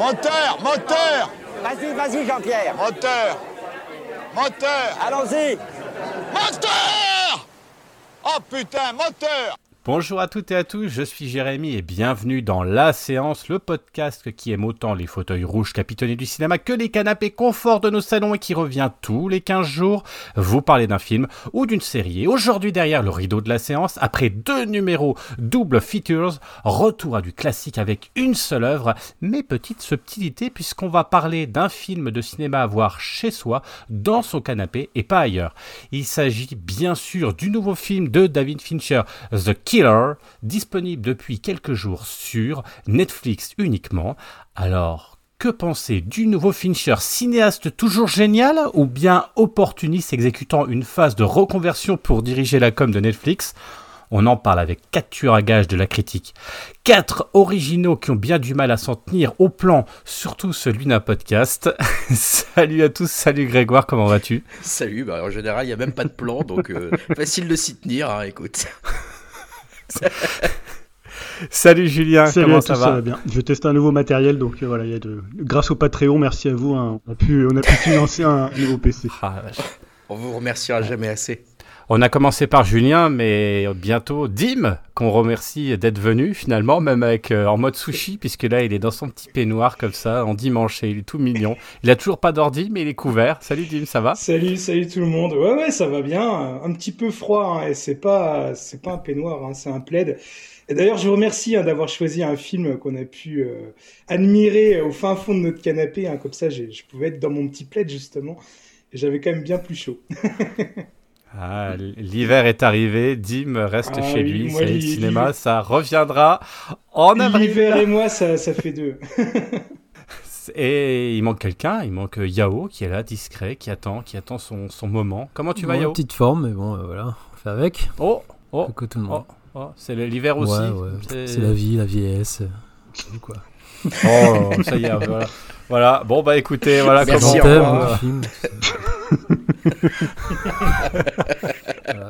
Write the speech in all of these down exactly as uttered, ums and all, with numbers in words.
Moteur, moteur. Vas-y, vas-y, Jean-Pierre. Moteur. Moteur. Allons-y. Moteur. Oh putain, moteur. Bonjour à toutes et à tous, je suis Jérémy et bienvenue dans La Séance, le podcast qui aime autant les fauteuils rouges capitonnés du cinéma que les canapés confort de nos salons et qui revient tous les quinze jours vous parler d'un film ou d'une série. Et aujourd'hui, derrière le rideau de La Séance, après deux numéros double features, retour à du classique avec une seule œuvre, mais petite subtilité puisqu'on va parler d'un film de cinéma à voir chez soi, dans son canapé et pas ailleurs. Il s'agit bien sûr du nouveau film de David Fincher, The Killer, disponible depuis quelques jours sur Netflix uniquement. Alors, que penser du nouveau Fincher, cinéaste toujours génial ou bien opportuniste exécutant une phase de reconversion pour diriger la com de Netflix ? On en parle avec quatre tueurs à gages de la critique. Quatre originaux qui ont bien du mal à s'en tenir au plan, surtout celui d'un podcast. Salut à tous, salut Grégoire, comment vas-tu ? Salut, bah en général il n'y a même pas de plan, donc euh, facile de s'y tenir, hein, écoute. Salut Julien, Salut comment à ça tous, va? ça va bien. Je teste un nouveau matériel, donc euh, voilà, il y a de... grâce au Patreon, merci à vous, hein, on a pu, on a pu financer un nouveau P C. Ah, vache. On vous remerciera jamais assez. On a commencé par Julien, mais bientôt Dim, qu'on remercie d'être venu finalement, même avec euh, en mode sushi, puisque là il est dans son petit peignoir comme ça, en dimanche, et il est tout mignon. Il a toujours pas d'ordi, mais il est couvert. Salut Dim, ça va? Salut, salut tout le monde. Ouais, ouais, ça va bien. Un petit peu froid, hein, et c'est pas, c'est pas un peignoir, hein, c'est un plaid. Et d'ailleurs, je vous remercie hein, d'avoir choisi un film qu'on a pu euh, admirer au fin fond de notre canapé. Hein, comme ça, j'ai, je pouvais être dans mon petit plaid justement, et j'avais quand même bien plus chaud. Ah, l'hiver est arrivé, Dim reste Ah chez oui, lui, moi, c'est le l'hi- cinéma, l'hiver- ça reviendra en avril. L'hiver et moi, ça, ça fait deux. Et il manque quelqu'un, il manque Yao qui est là, discret, qui attend, qui attend son, son moment. Comment tu vas Bon, Yao? petite forme, mais bon, euh, voilà, on fait avec. Oh, oh, Que tout le monde. oh, oh, c'est le- l'hiver aussi. Ouais, ouais, C'est- c'est la vie, la vieillesse. euh, c'est quoi. Oh, ça y est, voilà. Voilà, bon bah écoutez, voilà Merci, comment... au Thème, revoir. le film, c'est- Voilà.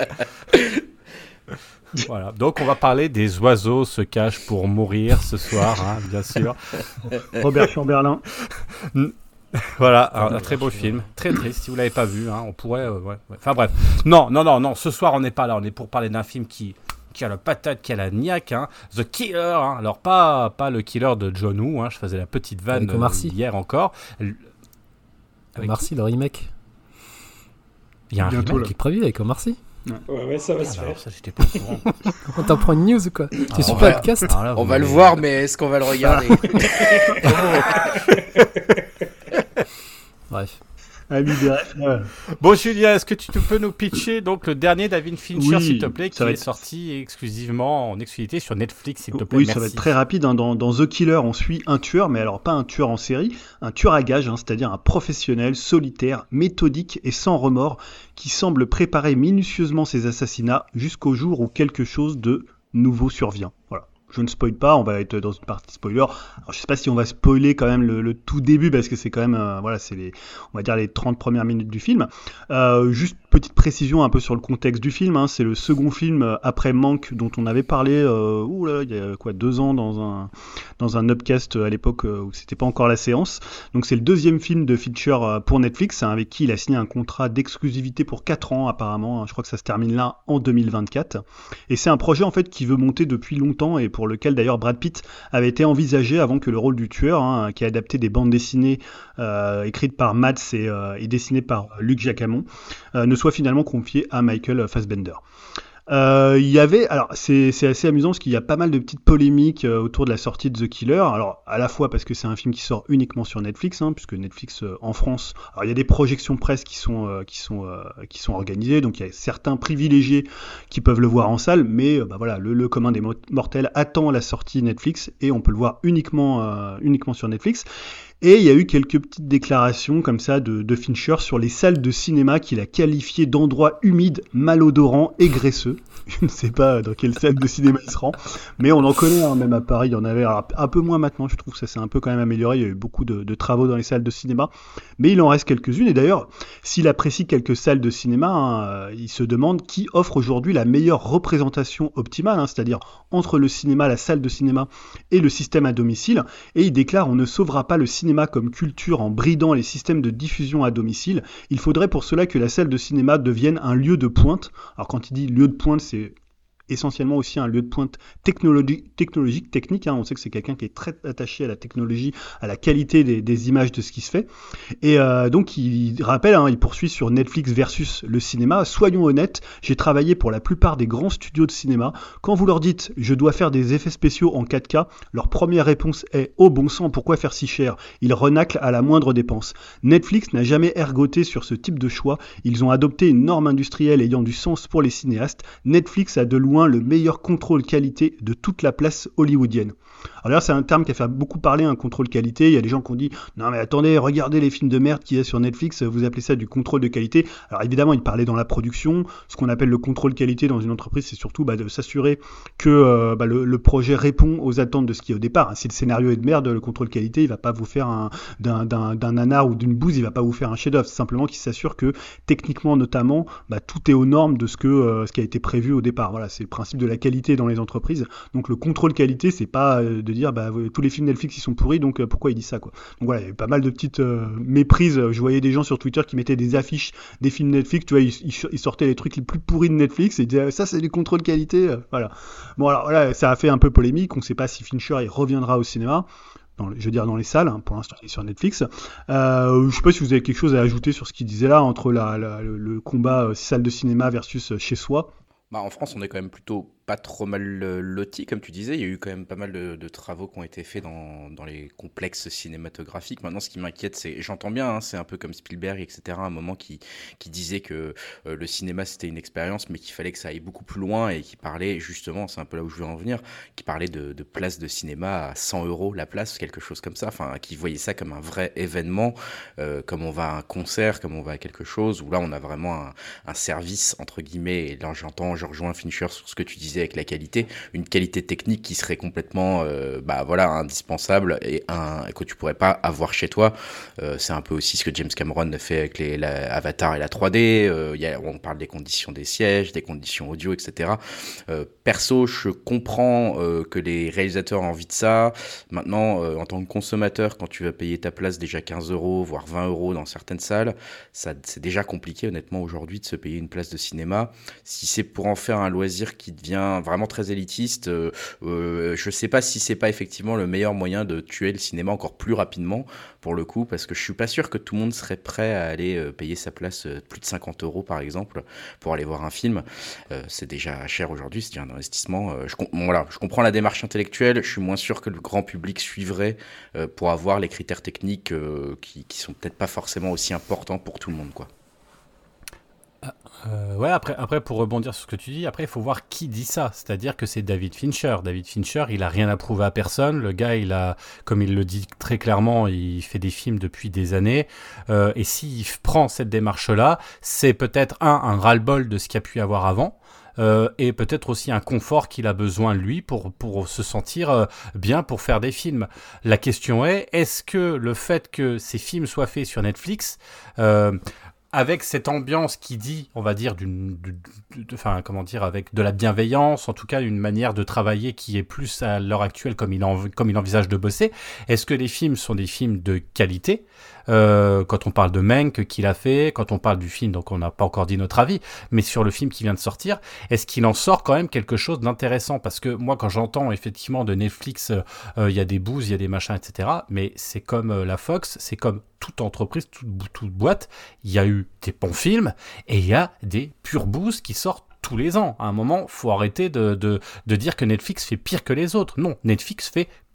Voilà, donc on va parler des oiseaux se cachent pour mourir ce soir, hein, bien sûr. Robert Chamberlain. Voilà, un, un très beau film, très triste, si vous l'avez pas vu, hein, on pourrait... euh, ouais, ouais. Enfin bref, non, non, non, non, ce soir on n'est pas là, on est pour parler d'un film qui... qui a la patate, qui a la niaque, hein, The Killer, hein. Alors pas, pas le killer de John Woo, hein, je faisais la petite vanne Avec Omar euh, Sy. hier encore. L- Avec Omar Sy, le remake. Il y a un Bientôt, remake. Qui est prévu avec Omar Sy. Ouais, ouais, ça va Ah, se bah, faire. alors ça j'étais pas au courant. On t'en prend une news ou quoi? Tu es on sur va- podcast. Alors là, On vous va le m'avez- voir, mais est-ce qu'on va le regarder? Bref. Ami des rêves, ouais. Bon Julien, est-ce que tu te peux nous pitcher donc le dernier David Fincher, Oui, s'il te plaît, qui ça va est être- sorti exclusivement en exclusivité sur Netflix, s'il te plaît. Oui, merci. ça va être très rapide. Hein. Dans, dans The Killer, on suit un tueur, mais alors pas un tueur en série, un tueur à gages, hein, c'est-à-dire un professionnel, solitaire, méthodique et sans remords, qui semble préparer minutieusement ses assassinats jusqu'au jour où quelque chose de nouveau survient. Voilà. Je ne spoil pas, on va être dans une partie spoiler. Alors, je sais pas si on va spoiler quand même le, le tout début parce que c'est quand même, euh, voilà, c'est les, on va dire les trente premières minutes du film. Euh, juste petite précision un peu sur le contexte du film. Hein, c'est le second film euh, après Manque dont on avait parlé. Euh, ouh là, il y a quoi deux ans dans un dans un upcast à l'époque euh, où c'était pas encore La Séance. Donc c'est le deuxième film de Fincher euh, pour Netflix, hein, avec qui il a signé un contrat d'exclusivité pour quatre ans apparemment. Hein, je crois que ça se termine là en deux mille vingt-quatre. Et c'est un projet en fait qui veut monter depuis longtemps et pour lequel d'ailleurs Brad Pitt avait été envisagé avant que le rôle du tueur, hein, qui a adapté des bandes dessinées euh, écrites par Mads et, euh, et dessinées par Luc Jacamon, euh, ne soit finalement confié à Michael Fassbender. Euh, il y avait, alors c'est, c'est assez amusant parce qu'il y a pas mal de petites polémiques euh, autour de la sortie de The Killer. Alors à la fois parce que c'est un film qui sort uniquement sur Netflix, hein, puisque Netflix euh, en France, alors il y a des projections presse qui sont euh, qui sont euh, qui sont organisées, donc il y a certains privilégiés qui peuvent le voir en salle, mais euh, bah voilà, le, le commun des mo- mortels attend la sortie Netflix et on peut le voir uniquement euh, uniquement sur Netflix. Et il y a eu quelques petites déclarations comme ça de, de Fincher sur les salles de cinéma qu'il a qualifiées d'endroits humides, malodorants et graisseux. Je ne sais pas dans quelle salle de cinéma il se rend, mais on en connaît, hein, même à Paris, il y en avait alors, un peu moins maintenant, je trouve que ça s'est un peu quand même amélioré, il y a eu beaucoup de, de travaux dans les salles de cinéma, mais il en reste quelques-unes, et d'ailleurs, s'il apprécie quelques salles de cinéma, hein, il se demande qui offre aujourd'hui la meilleure représentation optimale, hein, c'est-à-dire entre le cinéma, la salle de cinéma et le système à domicile, et il déclare: on ne sauvera pas le cinéma comme culture en bridant les systèmes de diffusion à domicile. Il faudrait pour cela que la salle de cinéma devienne un lieu de pointe. Alors quand il dit lieu de pointe, c'est essentiellement aussi un lieu de pointe technologique, technologique technique. Hein. On sait que c'est quelqu'un qui est très attaché à la technologie, à la qualité des, des images de ce qui se fait. Et euh, donc il rappelle, hein, il poursuit sur Netflix versus le cinéma. Soyons honnêtes, j'ai travaillé pour la plupart des grands studios de cinéma. Quand vous leur dites je dois faire des effets spéciaux en quatre K, leur première réponse est oh bon sang, pourquoi faire si cher? Ils renaclent à la moindre dépense. Netflix n'a jamais ergoté sur ce type de choix. Ils ont adopté une norme industrielle ayant du sens pour les cinéastes. Netflix a de loin le meilleur contrôle qualité de toute la place hollywoodienne. Alors là, c'est un terme qui a fait beaucoup parler, un contrôle qualité. Il y a des gens qui ont dit non mais attendez, regardez les films de merde qu'il y a sur Netflix, vous appelez ça du contrôle de qualité. Alors évidemment, il parlait dans la production. Ce qu'on appelle le contrôle qualité dans une entreprise, c'est surtout bah, de s'assurer que euh, bah, le, le projet répond aux attentes de ce qui est au départ. Si le scénario est de merde, le contrôle qualité, il va pas vous faire un, d'un, d'un, d'un nanar ou d'une bouse, il va pas vous faire un chef-d'œuvre. C'est simplement qu'il s'assure que techniquement, notamment, bah, tout est aux normes de ce que euh, ce qui a été prévu au départ. Voilà, c'est le principe de la qualité dans les entreprises. Donc le contrôle qualité, c'est pas euh, de dire bah, tous les films Netflix ils sont pourris, donc euh, pourquoi il dit ça quoi. Donc voilà, il y a eu pas mal de petites euh, méprises. Je voyais des gens sur Twitter qui mettaient des affiches des films Netflix, tu vois, ils, ils sortaient les trucs les plus pourris de Netflix et ils disaient ça c'est du contrôle qualité. Euh, voilà. Bon alors voilà, ça a fait un peu polémique. On sait pas si Fincher il reviendra au cinéma. Dans, je veux dire dans les salles, hein, pour l'instant il est sur Netflix. Euh, je sais pas si vous avez quelque chose à ajouter sur ce qu'il disait là, entre la, la, le, le combat euh, salle de cinéma versus euh, chez soi. Bah, en France, on est quand même plutôt pas trop mal loti, comme tu disais. Il y a eu quand même pas mal de, de travaux qui ont été faits dans, dans les complexes cinématographiques. Maintenant, ce qui m'inquiète, c'est, j'entends bien, hein, c'est un peu comme Spielberg, et cetera, à un moment qui, qui disait que euh, le cinéma, c'était une expérience, mais qu'il fallait que ça aille beaucoup plus loin, et qui parlait, justement, c'est un peu là où je veux en venir, qui parlait de, de places de cinéma à cent euros la place, quelque chose comme ça, enfin, qui voyait ça comme un vrai événement, euh, comme on va à un concert, comme on va à quelque chose, où là, on a vraiment un, un service, entre guillemets, et là, j'entends, je rejoins Fincher sur ce que tu disais avec la qualité, une qualité technique qui serait complètement euh, bah voilà indispensable et un que tu pourrais pas avoir chez toi. Euh, c'est un peu aussi ce que James Cameron fait avec les la, Avatar et la trois D. Euh, y a, on parle des conditions des sièges, des conditions audio, et cetera. Euh, perso, je comprends euh, que les réalisateurs ont envie de ça. Maintenant, euh, en tant que consommateur, quand tu vas payer ta place déjà quinze euros, voire vingt euros dans certaines salles, ça, c'est déjà compliqué honnêtement aujourd'hui de se payer une place de cinéma. Si c'est pour en faire un loisir qui devient vraiment très élitiste, euh, euh, je sais pas si c'est pas effectivement le meilleur moyen de tuer le cinéma encore plus rapidement pour le coup, parce que je suis pas sûr que tout le monde serait prêt à aller euh, payer sa place euh, plus de cinquante euros par exemple pour aller voir un film. Euh, c'est déjà cher aujourd'hui, c'est déjà un investissement. Euh, je, com- bon, voilà, je comprends la démarche intellectuelle, je suis moins sûr que le grand public suivrait euh, pour avoir les critères techniques euh, qui, qui sont peut-être pas forcément aussi importants pour tout le monde, quoi. Euh, ouais, après, après, pour rebondir sur ce que tu dis, après, il faut voir qui dit ça. C'est-à-dire que c'est David Fincher. David Fincher, il a rien à prouver à personne. Le gars, il a, comme il le dit très clairement, il fait des films depuis des années. Euh, et s'il prend cette démarche-là, c'est peut-être un, un ras-le-bol de ce qu'il y a pu y avoir avant. Euh, et peut-être aussi un confort qu'il a besoin lui pour pour se sentir euh, bien pour faire des films. La question est, est-ce que le fait que ces films soient faits sur Netflix, euh, avec cette ambiance qui dit, on va dire, d'une, enfin, comment dire, avec de la bienveillance, en tout cas une manière de travailler qui est plus à l'heure actuelle comme il, en, comme il envisage de bosser. Est-ce que les films sont des films de qualité ? Euh, quand on parle de Mank qu'il a fait, quand on parle du film, donc on n'a pas encore dit notre avis, mais sur le film qui vient de sortir, est-ce qu'il en sort quand même quelque chose d'intéressant ? Parce que moi, quand j'entends effectivement de Netflix, il euh, y a des bouses, il y a des machins, et cetera, mais c'est comme euh, la Fox, c'est comme toute entreprise, toute, toute boîte, il y a eu des bons films et il y a des pures bouses qui sortent tous les ans. À un moment, faut arrêter de, de, de dire que Netflix fait pire que les autres. Non, Netflix fait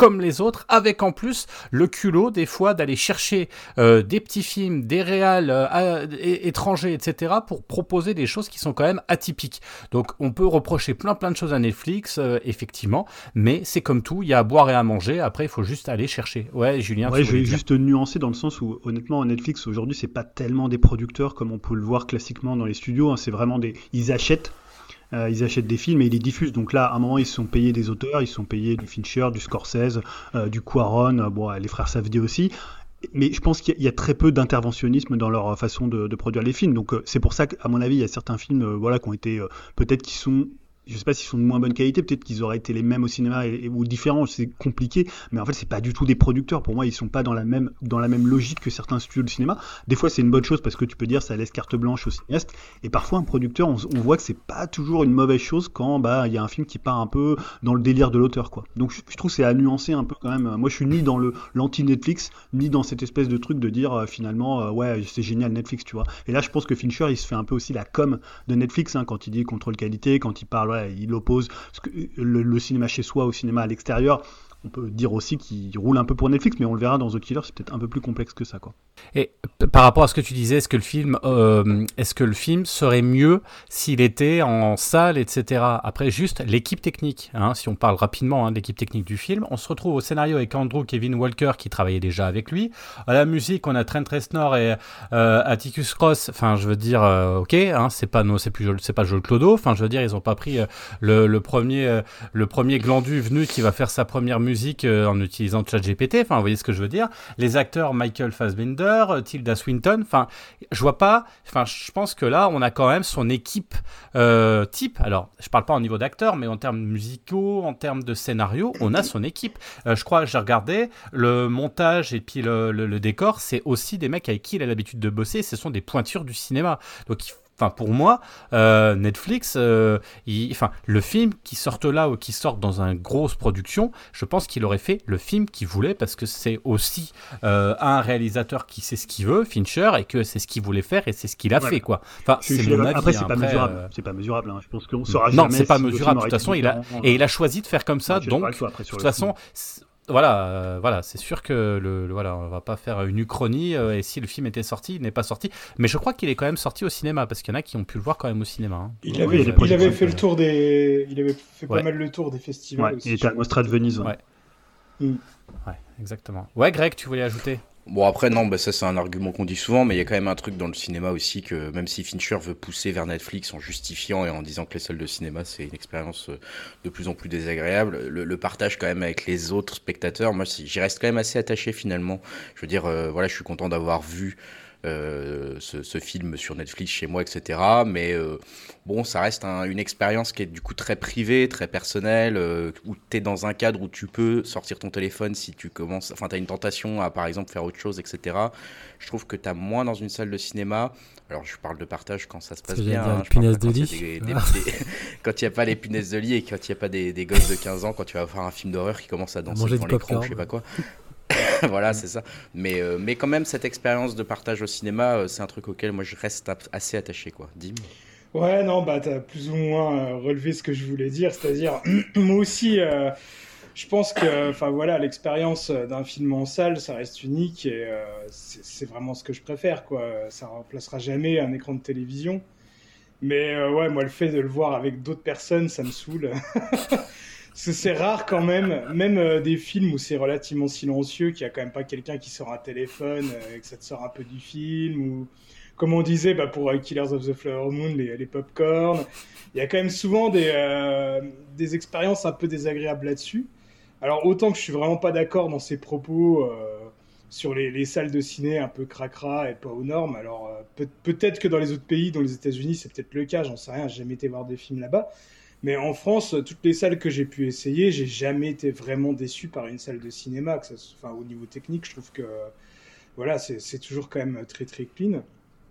comme les autres, avec en plus le culot des fois d'aller chercher euh, des petits films, des réals euh, à, é- étrangers, et cetera pour proposer des choses qui sont quand même atypiques. Donc on peut reprocher plein plein de choses à Netflix, euh, effectivement, mais c'est comme tout, il y a à boire et à manger, après il faut juste aller chercher. Ouais, Julien, Ouais, tu je vais voulais dire. juste nuancer dans le sens où, honnêtement, Netflix aujourd'hui, c'est pas tellement des producteurs comme on peut le voir classiquement dans les studios. Hein, c'est vraiment des, ils achètent, euh, ils achètent des films et ils les diffusent. Donc là, à un moment, ils se sont payés des auteurs, ils se sont payés du Fincher, du Scorsese, euh, du Cuarón, euh, bon, les frères Safdie aussi. Mais je pense qu'il y a, il y a très peu d'interventionnisme dans leur façon de, de produire les films. Donc euh, c'est pour ça qu'à mon avis, il y a certains films, euh, voilà, qui ont été euh, peut-être qui sont je sais pas s'ils sont de moins bonne qualité, peut-être qu'ils auraient été les mêmes au cinéma et, et- ou différents, c'est compliqué, mais en fait c'est pas du tout des producteurs. Pour moi, ils sont pas dans la même dans la même logique que certains studios de cinéma. Des fois c'est une bonne chose parce que tu peux dire ça laisse carte blanche au cinéaste, et parfois un producteur, on, on voit que c'est pas toujours une mauvaise chose quand bah il y a un film qui part un peu dans le délire de l'auteur, quoi. Donc je, je trouve que c'est à nuancer un peu quand même. Moi je suis ni dans le l'anti Netflix ni dans cette espèce de truc de dire euh, finalement euh, ouais c'est génial Netflix, tu vois. Et là je pense que Fincher il se fait un peu aussi la com de Netflix, hein, quand il dit contrôle qualité, quand il parle, ouais, il oppose ce que- le, le cinéma chez soi au cinéma à l'extérieur. On peut dire aussi qu'il roule un peu pour Netflix, mais on le verra dans The Killer, c'est peut-être un peu plus complexe que ça, quoi. Et p- par rapport à ce que tu disais, est-ce que le film, euh, est-ce que le film serait mieux s'il était en salle, et cetera. Après, juste l'équipe technique, hein, si on parle rapidement hein, de l'équipe technique du film, on se retrouve au scénario avec Andrew Kevin Walker qui travaillait déjà avec lui. À la musique, on a Trent Reznor et euh, Atticus Ross. Enfin, je veux dire, euh, ok, hein, c'est pas no, c'est plus, Joel- c'est pas Joel Clodo. Enfin, je veux dire, ils ont pas pris euh, le, le premier, euh, le premier glandu venu qui va faire sa première musique euh, en utilisant ChatGPT. Enfin, vous voyez ce que je veux dire. Les acteurs Michael Fassbender, euh, Tilda Swinton. Enfin, je vois pas. Enfin, je pense que là, on a quand même son équipe euh, type. Alors, je parle pas au niveau d'acteurs, mais en termes musicaux, en termes de scénario, on a son équipe. Euh, je crois, j'ai regardé le montage et puis le, le, le décor, c'est aussi des mecs avec qui il a l'habitude de bosser. Ce sont des pointures du cinéma. Donc, il Enfin, pour moi, euh, Netflix, euh, il, enfin, le film qui sorte là ou qui sort dans une grosse production, je pense qu'il aurait fait le film qu'il voulait parce que c'est aussi euh, un réalisateur qui sait ce qu'il veut, Fincher, et que c'est ce qu'il voulait faire et c'est ce qu'il a Ouais. fait, quoi. Enfin, Je suis- c'est je suis mon d'accord. avis. Après, c'est hein. pas Après, mesurable. euh, C'est pas mesurable, hein. Je pense qu'on saura non, jamais c'est pas si le film mesurable. De aurait toute été façon, il a différent. et il a choisi de faire comme ça, Ouais, je suis d'accord donc avec toi, après, de sur toute le façon. film. c'est- Voilà, euh, voilà, c'est sûr que le, le- voilà, on va pas faire une uchronie euh, et si le film était sorti, il n'est pas sorti. Mais je crois qu'il est quand même sorti au cinéma parce qu'il y en a qui ont pu le voir quand même au cinéma. hein. Il Oui, avait, il y a des il projections, avait fait le ouais. tour des, il avait fait Ouais. pas mal le tour des festivals Ouais, aussi. il était à Mostra de Venise. Ouais. Ouais. Mm. Ouais, exactement. Ouais, Greg, tu voulais ajouter? Bon, après, non, bah, ça c'est un argument qu'on dit souvent, mais il y a quand même un truc dans le cinéma aussi que même si Fincher veut pousser vers Netflix en justifiant et en disant que les salles de cinéma c'est une expérience euh, de plus en plus désagréable, le, le partage quand même avec les autres spectateurs, moi si- j'y reste quand même assez attaché finalement. Je veux dire, euh, voilà, je suis content d'avoir vu euh, ce, ce film sur Netflix chez moi, et cetera. Mais euh, bon, ça reste un- une expérience qui est du coup très privée, très personnelle, euh, où tu es dans un cadre où tu peux sortir ton téléphone si tu commences, enfin tu as une tentation à par exemple faire autre chose, et cetera. Je trouve que tu as moins dans une salle de cinéma. Alors je parle de partage quand ça se passe que j'allais bien, dire, hein, les je parle punaises pas de quand il y a lit, des- tu des- vois. des- quand il n'y a pas les punaises de lit et quand il n'y a pas des, des gosses de quinze ans, quand tu vas voir un film d'horreur qui commence à danser Manger devant du l'écran ou popcorn. je sais pas quoi. Voilà, c'est ça. Mais, euh, mais quand même, cette expérience de partage au cinéma, euh, c'est un truc auquel moi je reste ap- assez attaché, quoi. Dim. Ouais, non, bah t'as plus ou moins euh, relevé ce que je voulais dire, c'est-à-dire moi aussi, euh, je pense que, enfin voilà, l'expérience euh, d'un film en salle, ça reste unique et euh, c'est c'est vraiment ce que je préfère, quoi. Ça remplacera jamais un écran de télévision. Mais euh, ouais, moi le fait de le voir avec d'autres personnes, ça me saoule. Parce que c'est rare quand même, même euh, des films où c'est relativement silencieux, qu'il y a quand même pas quelqu'un qui sort un téléphone euh, et que ça te sort un peu du film, ou comme on disait bah, pour euh, Killers of the Flower Moon, les, les pop-corn. Il y a quand même souvent des, euh, des expériences un peu désagréables là-dessus. Alors autant que je suis vraiment pas d'accord dans ces propos euh, sur les, les salles de ciné un peu cracra et pas aux normes. Alors euh, peut- peut-être que dans les autres pays, dans les États-Unis, c'est peut-être le cas, j'en sais rien, j'ai jamais été voir des films là-bas. Mais en France, toutes les salles que j'ai pu essayer, j'ai jamais été vraiment déçu par une salle de cinéma. Que ça, se- enfin, au niveau technique, je trouve que voilà, c'est c'est toujours quand même très très clean.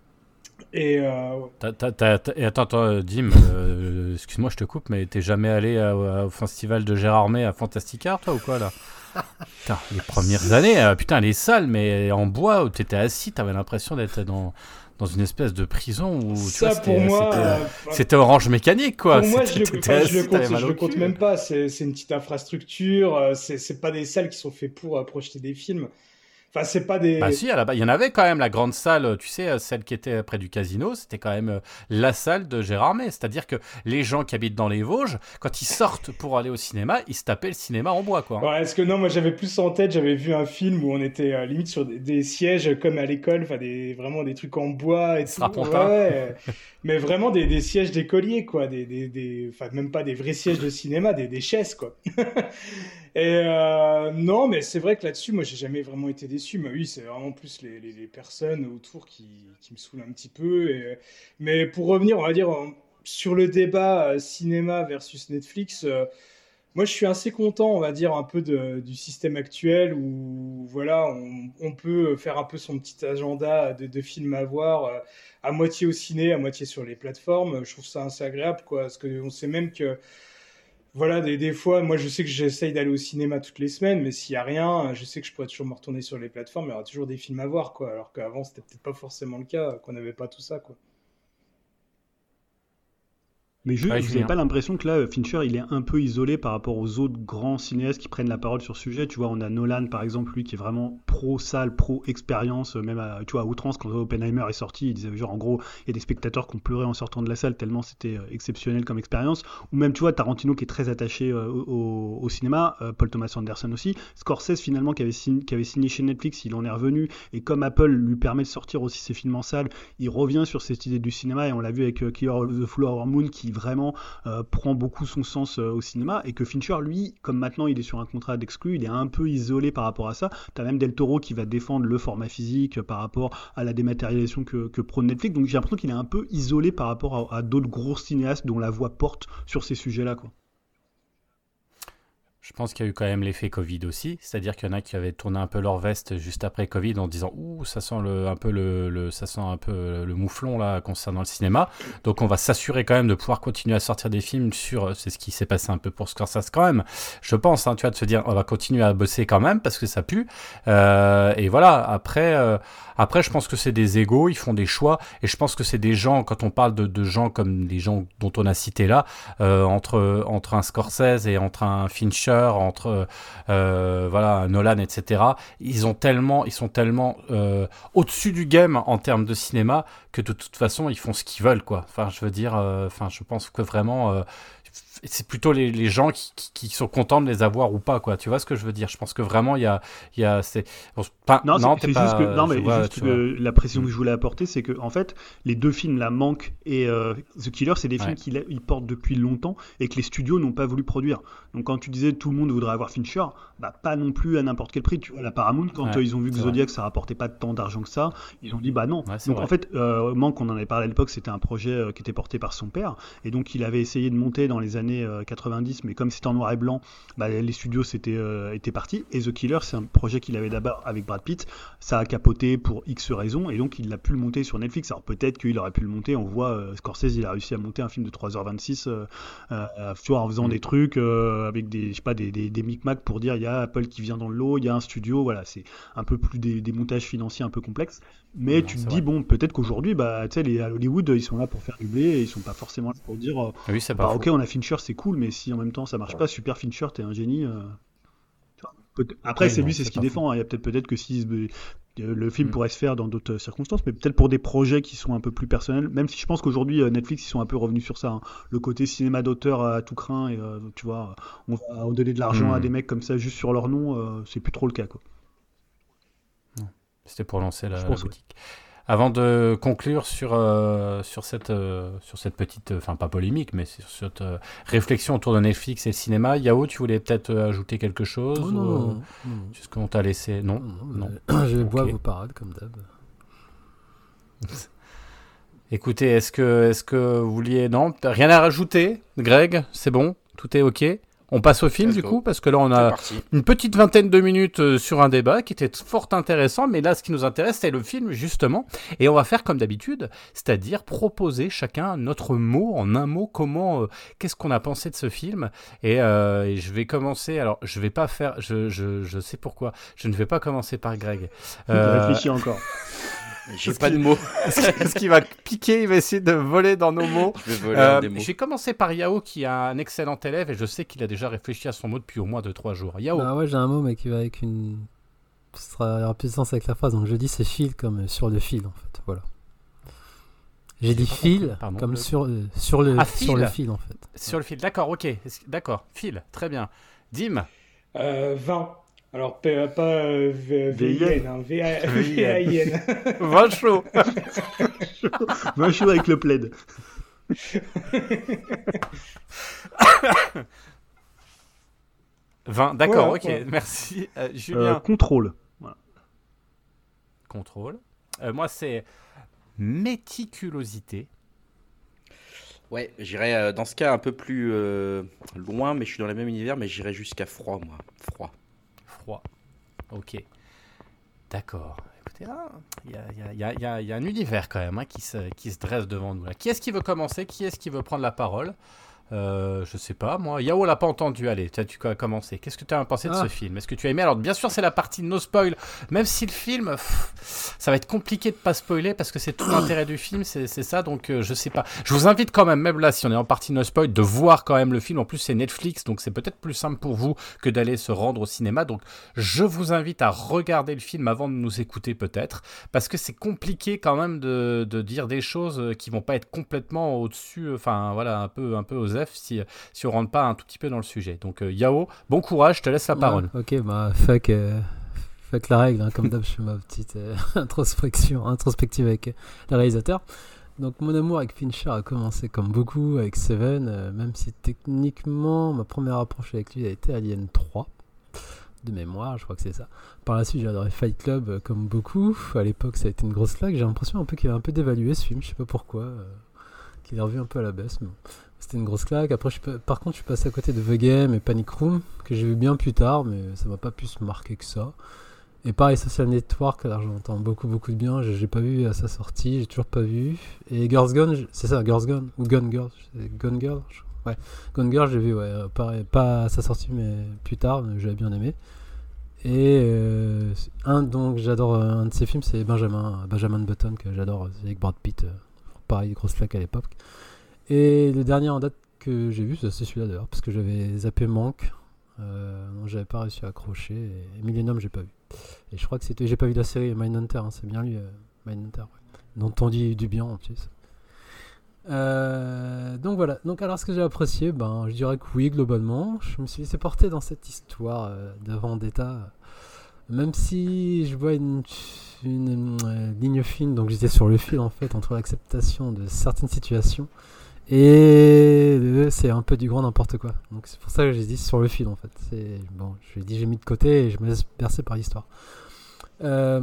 Et euh, T'as- t'as- t'as- t'as- et attends, attends, euh, Dim, euh, excuse-moi, je te coupe, mais t'es jamais allé à- à- au festival de Gérardmer à Fantastic Art, toi, ou quoi, là? Putain, les premières années, euh, putain, les salles, mais en bois où t'étais assis, t'avais l'impression d'être dans, dans une espèce de prison où tu Ça, vois, c'était, pour moi, c'était, euh, c'était Orange Mécanique, quoi. Pour moi, C'était- je le, t'étais enfin, je le assis, compte, t'avais mal je au le compte cul. même pas. C'est, c'est une petite infrastructure. euh, C'est, c'est pas des salles qui sont faites pour euh, projeter des films. Enfin, c'est pas des. Bah si, à la base, il y en avait quand même la grande salle, tu sais, euh, celle qui était près du casino, c'était quand même euh, la salle de Gérard May. C'est-à-dire que les gens qui habitent dans les Vosges, quand ils sortent pour aller au cinéma, ils se tapaient le cinéma en bois, quoi. hein. Ouais, est-ce que non, moi j'avais plus en tête, j'avais vu un film où on était euh, limite sur des, des sièges comme à l'école, enfin des vraiment des trucs en bois et tout. Strapontin. Ouais, mais vraiment des, des sièges d'écoliers quoi, des des des, enfin même pas des vrais sièges de cinéma, des des chaises quoi. Et euh, non, mais c'est vrai que là-dessus, moi j'ai jamais vraiment été déçu. Mais oui, c'est vraiment plus les, les, les personnes autour qui qui me saoulent un petit peu. Et, mais pour revenir, on va dire en- sur le débat euh, cinéma versus Netflix. euh, Moi, je suis assez content, on va dire, un peu de- du système actuel où, voilà, on, on peut faire un peu son petit agenda de, de films à voir, euh, à moitié au ciné, à moitié sur les plateformes. Je trouve ça assez agréable, quoi, parce qu'on sait même que, voilà, des, des fois, moi, je sais que j'essaye d'aller au cinéma toutes les semaines, mais s'il y a rien, je sais que je pourrais toujours me retourner sur les plateformes, il y aura toujours des films à voir, quoi, alors qu'avant, c'était peut-être pas forcément le cas, qu'on n'avait pas tout ça, quoi. Mais juste, Ouais, vous n'avez Julien. pas l'impression que là, Fincher, il est un peu isolé par rapport aux autres grands cinéastes qui prennent la parole sur ce sujet. Tu vois, on a Nolan, par exemple, lui, qui est vraiment pro-salle, pro-expérience, euh, même à, tu vois, à outrance, quand Oppenheimer est sorti, il disait, genre, en gros, il y a des spectateurs qui ont pleuré en sortant de la salle tellement c'était euh, exceptionnel comme expérience. Ou même, tu vois, Tarantino, qui est très attaché euh, au, au cinéma, euh, Paul Thomas Anderson aussi. Scorsese, finalement, qui avait, signé, qui avait signé chez Netflix, il en est revenu. Et comme Apple lui permet de sortir aussi ses films en salle, il revient sur cette idée du cinéma. Et on l'a vu avec euh, Killer of the Flower Moon, qui vraiment euh, prend beaucoup son sens euh, au cinéma, et que Fincher, lui, comme maintenant il est sur un contrat d'exclus, il est un peu isolé par rapport à ça. T'as même Del Toro qui va défendre le format physique euh, par rapport à la dématérialisation que, que prône Netflix, donc j'ai l'impression qu'il est un peu isolé par rapport à, à d'autres gros cinéastes dont la voix porte sur ces sujets-là, quoi. Je pense qu'il y a eu quand même l'effet Covid aussi, c'est-à-dire qu'il y en a qui avaient tourné un peu leur veste juste après Covid en disant ouh ça sent le un peu le, le ça sent un peu le mouflon là concernant le cinéma. Donc on va s'assurer quand même de pouvoir continuer à sortir des films sur, c'est ce qui s'est passé un peu pour Scorsese quand même. Je pense, hein, tu vois, de se dire on va continuer à bosser quand même parce que ça pue. Euh, et voilà. Après, euh, après je pense que c'est des égos, ils font des choix et je pense que c'est des gens, quand on parle de, de gens comme les gens dont on a cité là, euh, entre entre un Scorsese et entre un Fincher, entre euh, voilà Nolan, et cetera. Ils ont tellement, ils sont tellement euh, au-dessus du game en termes de cinéma que de toute façon ils font ce qu'ils veulent, quoi. Enfin, je veux dire, euh, enfin, je pense que vraiment. Euh, c'est plutôt les, les gens qui, qui, qui sont contents de les avoir ou pas, quoi. Tu vois ce que je veux dire? Je pense que vraiment il y a, il y a, c'est, bon, pas, Non, non, c'est, t'es c'est pas, juste que, non, mais je vois, juste tu que vois. la précision que je voulais apporter, c'est que, en fait, les deux films, La Manque et euh, The Killer, c'est des films Ouais. qu'ils ils portent depuis longtemps et que les studios n'ont pas voulu produire. Donc, quand tu disais tout le monde voudrait avoir Fincher, bah, pas non plus à n'importe quel prix. Tu vois, la Paramount, quand Ouais, euh, ils ont vu que c'est Zodiac, ça rapportait pas tant d'argent que ça, ils ont dit, bah non. Ouais, c'est Donc, vrai. en fait, euh, Manque, on en avait parlé à l'époque, c'était un projet euh, qui était porté par son père. Et donc, il avait essayé de monter dans les années euh, quatre-vingt-dix, mais comme c'était en noir et blanc, bah, les studios c'était, euh, étaient partis. Et The Killer, c'est un projet qu'il avait d'abord avec Brad Pitt. Ça a capoté pour X raisons, et donc il a pu le monter sur Netflix. Alors peut-être qu'il aurait pu le monter, on voit euh, Scorsese, il a réussi à monter un film de trois heures vingt-six euh, euh, tu vois, en faisant Mm. des trucs euh, avec des, je sais pas, des, des, des micmacs pour dire il y a Apple qui vient dans le lot, il y a un studio, voilà, c'est un peu plus des, des montages financiers un peu complexes. Mais Non, tu te c'est dis, vrai. bon, peut-être qu'aujourd'hui, bah, tu sais, les à Hollywood, ils sont là pour faire du blé, et ils sont pas forcément là pour dire, euh, Oui, c'est pas bah faux. ok, on a Fincher, c'est cool, mais si en même temps ça marche pas, super Fincher, t'es un génie. euh, tu vois. Peut- Après, Oui, c'est non, lui, c'est c'est ce qu'il pas faux. défend, hein. Il y a peut-être peut-être que si euh, le film Mm. pourrait se faire dans d'autres circonstances, mais peut-être pour des projets qui sont un peu plus personnels, même si je pense qu'aujourd'hui, euh, Netflix, ils sont un peu revenus sur ça, hein. Le côté cinéma d'auteur à tout craint, et euh, tu vois, on va donner de l'argent à des Mm. mecs comme ça juste sur leur nom, euh, c'est plus trop le cas, quoi. C'était pour lancer Je la, la pense, ouais. boutique. Avant de conclure sur, euh, sur, cette, euh, sur cette petite, enfin pas polémique, mais sur cette euh, réflexion autour de Netflix et le cinéma, Yao, tu voulais peut-être euh, ajouter quelque chose Oh ou, non, euh, non, non, non. c'est ce qu'on t'a laissé? Non, Non, non. non, je, je bois Ok. vos paroles comme d'hab. Écoutez, est-ce que, est-ce que vous vouliez... Non, t'as rien à rajouter, Greg? C'est bon? Tout est ok? On passe au film Let's du go. coup, parce que là on C'est a parti. une petite vingtaine de minutes euh, sur un débat qui était fort intéressant, mais là ce qui nous intéresse c'est le film justement, et on va faire comme d'habitude, c'est-à-dire proposer chacun notre mot, en un mot, comment, euh, qu'est-ce qu'on a pensé de ce film, et, euh, et je vais commencer, alors je vais pas faire, je, je, je sais pourquoi, je ne vais pas commencer par Greg. Il réfléchit encore. J'ai ce pas qui- de mots. Ce qui va piquer, il va essayer de voler dans nos mots. Je vais voler Euh, un des mots. je vais commencer par Yao qui est un excellent élève et je sais qu'il a déjà réfléchi à son mot depuis au moins deux trois jours. Yao, Bah ouais, j'ai un mot, mais qui va avec une. Ce sera il y aura plus de sens avec la phrase. Donc je dis c'est fil comme sur le fil en fait. Voilà. J'ai dit pas fil compris, pardon. comme Le- sur, euh, sur, le, Ah, sur fil. le fil en fait. sur le fil, d'accord, ok, Est-ce- d'accord, fil, très bien. Dim, Euh, vin. Alors, pas, pas euh, V- V I N. V I N, hein, V A- V A I N. vin chaud. Va chaud avec le plaid. vin, d'accord, Voilà, ok, voilà. merci. Euh, Euh, Julien, contrôle. contrôle. Euh, moi c'est méticulosité. Ouais, j'irais euh, dans ce cas un peu plus euh, loin, mais je suis dans le même univers, mais j'irais jusqu'à froid, moi. Froid. Froid. Ok. D'accord. Écoutez, là, il y a, il y a- il y a- il y a- il y a un univers quand même hein, qui, se, qui se dresse devant nous. Là. Qui est-ce qui veut commencer? Qui est-ce qui veut prendre la parole? euh, Je sais pas, moi. Yao l'a pas entendu. Allez, tu as tu as commencé. Qu'est-ce que tu as pensé de Ah. ce film? Est-ce que tu as aimé? Alors, bien sûr, c'est la partie no spoil. Même si le film, pff, ça va être compliqué de pas spoiler parce que c'est tout l'intérêt du film, c'est c'est ça. Donc, euh, je sais pas. Je vous invite quand même, même là, si on est en partie no spoil, de voir quand même le film. En plus, c'est Netflix, donc c'est peut-être plus simple pour vous que d'aller se rendre au cinéma. Donc, je vous invite à regarder le film avant de nous écouter peut-être, parce que c'est compliqué quand même de, de dire des choses qui vont pas être complètement au-dessus, enfin voilà, un peu, un peu aux F si, si on rentre pas un tout petit peu dans le sujet. Donc euh, Yao, bon courage, je te laisse la parole. Ouais, ok, bah fuck, euh, fuck la règle, hein, comme d'hab, je fais ma petite euh, introspection, introspective avec euh, le réalisateur. Donc mon amour avec Fincher a commencé comme beaucoup avec Seven, euh, même si techniquement ma première approche avec lui a été Alien trois, de mémoire, je crois que c'est ça. Par la suite j'ai adoré Fight Club euh, comme beaucoup, à l'époque ça a été une grosse claque, j'ai l'impression un peu qu'il a un peu dévalué ce film, je sais pas pourquoi, euh, qu'il est revu un peu à la baisse, mais bon. C'était une grosse claque. Après, je suis pas- par contre, je suis passé à côté de The Game et Panic Room, que j'ai vu bien plus tard, mais ça m'a pas plus marqué que ça. Et pareil, Social Network, alors j'entends beaucoup, beaucoup de bien. J'ai, j'ai pas vu à sa sortie, j'ai toujours pas vu. Et Girls Gone, j- c'est ça, Girls Gone ou Gone Girl, c'est Gone Girl, je- ouais. Gone Girl, j'ai vu, ouais, euh, pareil, pas à sa sortie, mais plus tard, mais j'avais bien aimé. Et euh, un donc j'adore, euh, un de ses films, c'est Benjamin, Benjamin Button, que j'adore, c'est avec Brad Pitt. euh, pareil, grosse claque à l'époque. Et le dernier en date que j'ai vu, c'est celui-là d'ailleurs, parce que j'avais zappé Manque, euh, dont j'avais pas réussi à accrocher, et Millennium, j'ai pas vu. Et je crois que c'était, j'ai pas vu la série Mindhunter, hein, c'est bien lui, euh, Mindhunter, ouais. Dont on dit du bien en plus. Euh, donc voilà, donc alors ce que j'ai apprécié, ben je dirais que oui, globalement, je me suis laissé porter dans cette histoire euh, de Vendetta, même si je vois une, une euh, ligne fine, donc j'étais sur le fil en fait, entre l'acceptation de certaines situations et euh, c'est un peu du grand n'importe quoi. Donc c'est pour ça que j'ai dit sur le fil en fait. C'est, bon, je l'ai dit, j'ai mis de côté et je me laisse bercer par l'histoire. Euh,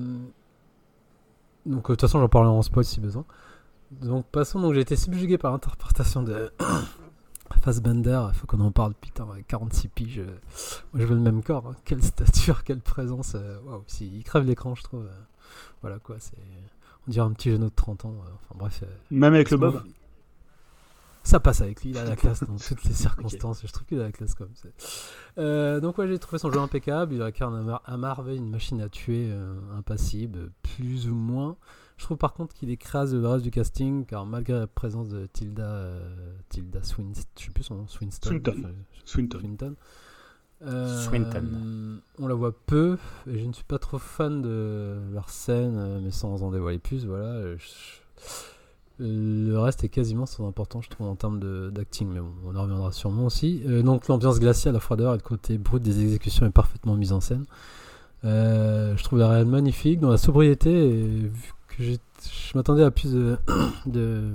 donc de toute façon j'en parlerai en spoil si besoin. Donc passons, donc j'ai été subjugué par l'interprétation de Fassbender, il faut qu'on en parle, putain, ouais, quarante-six piges, euh, moi je veux le même corps, hein. Quelle stature, quelle présence, euh, waouh, si, il crève l'écran je trouve, euh, voilà quoi, c'est, on dirait un petit genou de trente ans, euh, enfin bref. Euh, Même avec le bon, bob. ça passe avec lui, il a la classe dans toutes les circonstances, je trouve qu'il a la classe comme ça. Euh, donc ouais, j'ai trouvé son jeu impeccable, il incarne à, Mar- à Marvel une machine à tuer euh, impassible, plus ou moins. Je trouve par contre qu'il écrase le reste du casting, car malgré la présence de Tilda, euh, Tilda Swinton, je sais plus son nom, Swinston, Swinton. enfin, Swinton. Swinton. Euh, Swinton. On la voit peu, et je ne suis pas trop fan de leur scène, euh, mais sans en dévoiler plus, voilà. Je- Le reste est quasiment sans importance, je trouve, en termes de, d'acting, mais bon, on en reviendra sûrement aussi. Euh, donc l'ambiance glaciale, la froideur et le côté brut des exécutions est parfaitement mise en scène. Euh, je trouve la réelle magnifique dans la sobriété, et vu que j'ai- je m'attendais à plus de, de,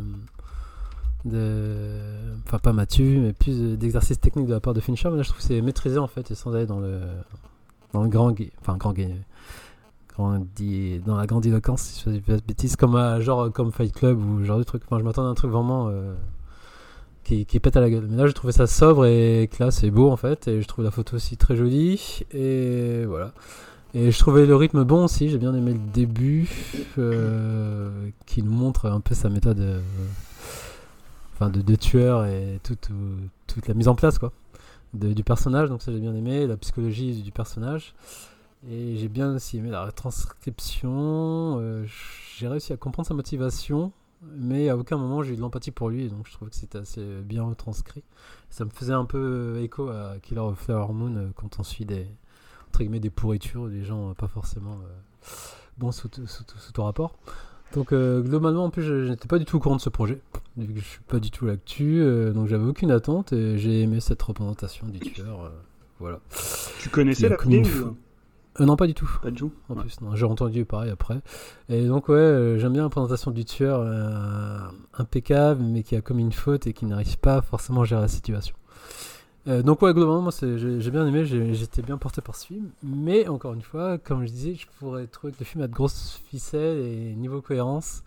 de enfin pas Mathieu, mais plus de- d'exercices techniques de la part de Fincher, mais là je trouve que c'est maîtrisé en fait, et sans aller dans le dans le grand gay, enfin grand gay, grandi, dans la grandiloquence, si je fais pas de bêtises, comme à, genre comme Fight Club ou genre de truc. Enfin, je m'attendais à un truc vraiment euh, qui, qui pète à la gueule. Mais là, j'ai trouvé ça sobre et classe et beau en fait, et je trouve la photo aussi très jolie, et voilà. Et je trouvais le rythme bon aussi, j'ai bien aimé le début, euh, qui nous montre un peu sa méthode euh, enfin de, de tueur et toute, tout, toute la mise en place quoi, de, du personnage, donc ça j'ai bien aimé, la psychologie du personnage. Et j'ai bien aussi aimé la transcription, euh, j'ai réussi à comprendre sa motivation, mais à aucun moment j'ai eu de l'empathie pour lui, donc je trouvais que c'était assez bien retranscrit. Ça me faisait un peu écho à Killer of Flower Moon, euh, quand on suit des, entre guillemets, des pourritures, des gens euh, pas forcément euh, bons sous, sous, sous, sous tout rapport. Donc euh, globalement, en plus, je, je n'étais pas du tout au courant de ce projet, vu que je suis pas du tout l'actu, euh, donc j'avais aucune attente, et j'ai aimé cette représentation du tueur, euh, voilà. Tu connaissais la vidéo ou... Euh, non, pas du tout. Pas du tout. En ouais. plus, non, j'ai entendu pareil après. Et donc, ouais, euh, j'aime bien la présentation du tueur euh, impeccable, mais qui a commis une faute et qui n'arrive pas forcément à gérer la situation. Euh, donc, ouais, globalement, moi, c'est, j'ai, j'ai bien aimé, j'ai, j'étais bien porté par ce film. Mais, encore une fois, comme je disais, je pourrais trouver que le film a de grosses ficelles et niveau cohérence.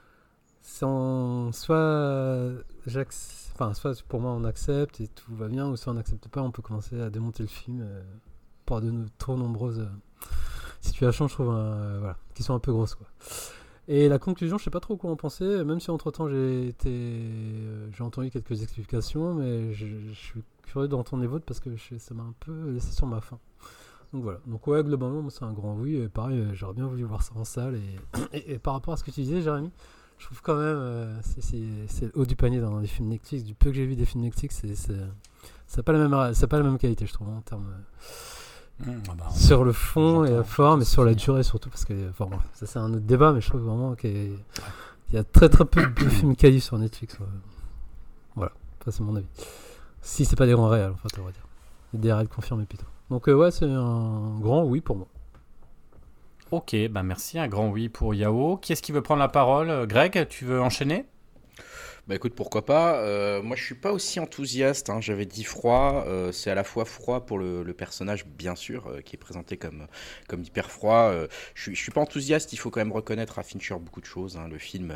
Sans, soit, enfin, soit pour moi, on accepte et tout va bien, ou soit on n'accepte pas, on peut commencer à démonter le film. Euh, par de no- trop nombreuses euh, situations, je trouve, euh, voilà, qui sont un peu grosses, quoi. Et la conclusion, je sais pas trop quoi en penser, même si entre-temps j'ai été, euh, j'ai entendu quelques explications, mais je, je suis curieux d'entendre les vôtres parce que je, ça m'a un peu laissé sur ma faim. Donc voilà, donc ouais, globalement, moi, c'est un grand oui, et pareil, euh, j'aurais bien voulu voir ça en salle, et, et, et par rapport à ce que tu disais, Jérémy, je trouve quand même, euh, c'est, c'est, c'est le haut du panier dans les films Netflix, du peu que j'ai vu des films Netflix, c'est, c'est, ça n'a pas, la même, ça pas la même qualité, je trouve, en termes... Euh, Mmh, ah bah, sur le fond et la forme, et sur la durée surtout, parce que enfin, bon, ça c'est un autre débat, mais je trouve vraiment qu'il y a très très peu de films quali sur Netflix. Ouais. Voilà, ça c'est mon avis. Si c'est pas des grands réels, en fait, on va dire. Des réels confirmés plutôt. Donc euh, ouais, c'est un grand oui pour moi. Ok, bah merci, un grand oui pour Yao. Qui est-ce qui veut prendre la parole ? Greg, tu veux enchaîner ? Bah écoute, pourquoi pas. Euh, moi, je suis pas aussi enthousiaste. Hein. J'avais dit froid. Euh, c'est à la fois froid pour le, le personnage, bien sûr, euh, qui est présenté comme, comme hyper froid. Euh, je, suis, je suis pas enthousiaste. Il faut quand même reconnaître à Fincher beaucoup de choses. Hein. Le film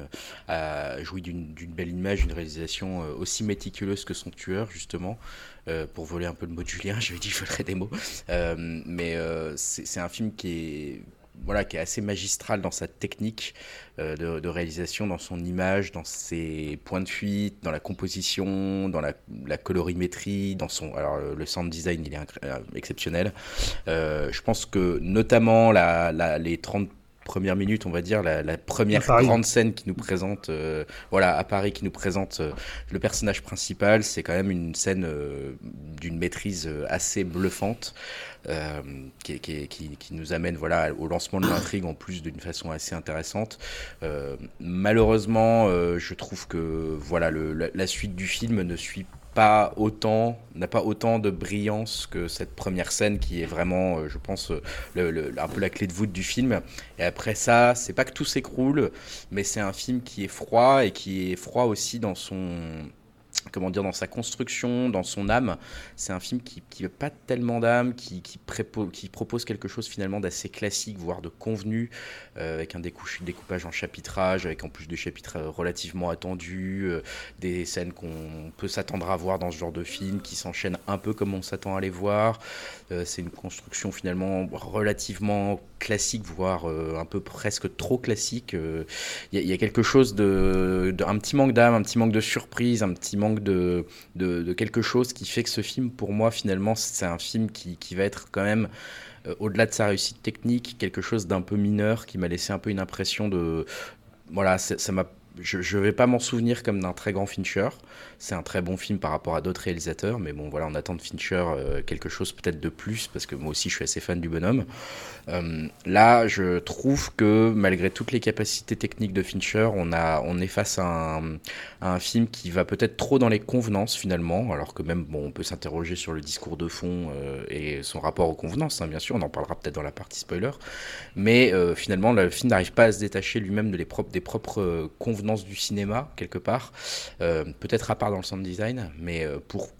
a joui d'une, d'une belle image, d'une réalisation euh, aussi méticuleuse que son tueur, justement. Euh, pour voler un peu le mot de Julien, j'avais dit que je volerais des mots. Euh, mais euh, c'est, c'est un film qui est... Voilà, qui est assez magistral dans sa technique euh, de, de réalisation, dans son image, dans ses points de fuite, dans la composition, dans la, la colorimétrie, dans son... Alors, le sound design, il est incr- euh, exceptionnel. Euh, je pense que, notamment, la, la, les trente premières minutes, on va dire, la, la première grande scène qui nous présente, euh, voilà, à Paris, qui nous présente euh, le personnage principal, c'est quand même une scène euh, d'une maîtrise euh, assez bluffante. Euh, qui, qui, qui, qui nous amène voilà, au lancement de l'intrigue en plus d'une façon assez intéressante. Euh, malheureusement, euh, je trouve que voilà, le, la, la suite du film ne suit pas autant, n'a pas autant de brillance que cette première scène qui est vraiment, euh, je pense, le, le, un peu la clé de voûte du film. Et après ça, c'est pas que tout s'écroule, mais c'est un film qui est froid et qui est froid aussi dans son... comment dire, dans sa construction, dans son âme. C'est un film qui n'a pas tellement d'âme, qui, qui, prépo, qui propose quelque chose finalement d'assez classique, voire de convenu, euh, avec un découche, découpage en chapitrage, avec en plus des chapitres relativement attendus, euh, des scènes qu'on peut s'attendre à voir dans ce genre de film, qui s'enchaînent un peu comme on s'attend à les voir. Euh, c'est une construction finalement relativement classique, voire euh, un peu presque trop classique. Il euh, y, y a quelque chose de, de... un petit manque d'âme, un petit manque de surprise, un petit manque de, de, de quelque chose qui fait que ce film, pour moi, finalement, c'est un film qui, qui va être quand même, euh, au-delà de sa réussite technique, quelque chose d'un peu mineur, qui m'a laissé un peu une impression de... Voilà, ça m'a... Je ne vais pas m'en souvenir comme d'un très grand Fincher. C'est un très bon film par rapport à d'autres réalisateurs, mais bon, voilà, on attend de Fincher euh, quelque chose peut-être de plus, parce que moi aussi, je suis assez fan du bonhomme. Euh, là, je trouve que malgré toutes les capacités techniques de Fincher, on, a, on est face à un, à un film qui va peut-être trop dans les convenances, finalement, alors que même, bon, on peut s'interroger sur le discours de fond euh, et son rapport aux convenances, hein, bien sûr, on en parlera peut-être dans la partie spoiler, mais euh, finalement, le film n'arrive pas à se détacher lui-même de les propres, des propres euh, convenances du cinéma, quelque part, euh, peut-être à part dans le sound design, mais euh, pour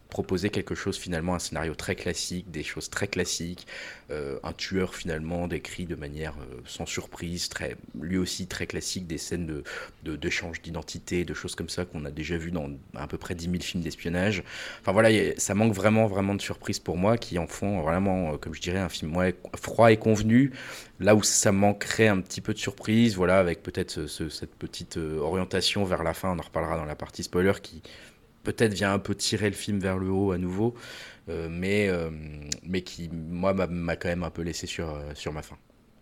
proposer quelque chose finalement, un scénario très classique, des choses très classiques, euh, un tueur finalement décrit de manière euh, sans surprise, très, lui aussi très classique, des scènes de, de, d'échange d'identité, de choses comme ça qu'on a déjà vu dans à peu près dix mille films d'espionnage. Enfin voilà, y a, ça manque vraiment vraiment de surprises pour moi qui en font vraiment, euh, comme je dirais, un film ouais, froid et convenu, là où ça manquerait un petit peu de surprise, voilà, avec peut-être ce, ce, cette petite euh, orientation vers la fin, on en reparlera dans la partie spoiler, qui peut-être vient un peu tirer le film vers le haut à nouveau, euh, mais, euh, mais qui, moi, m'a, m'a quand même un peu laissé sur, euh, sur ma faim.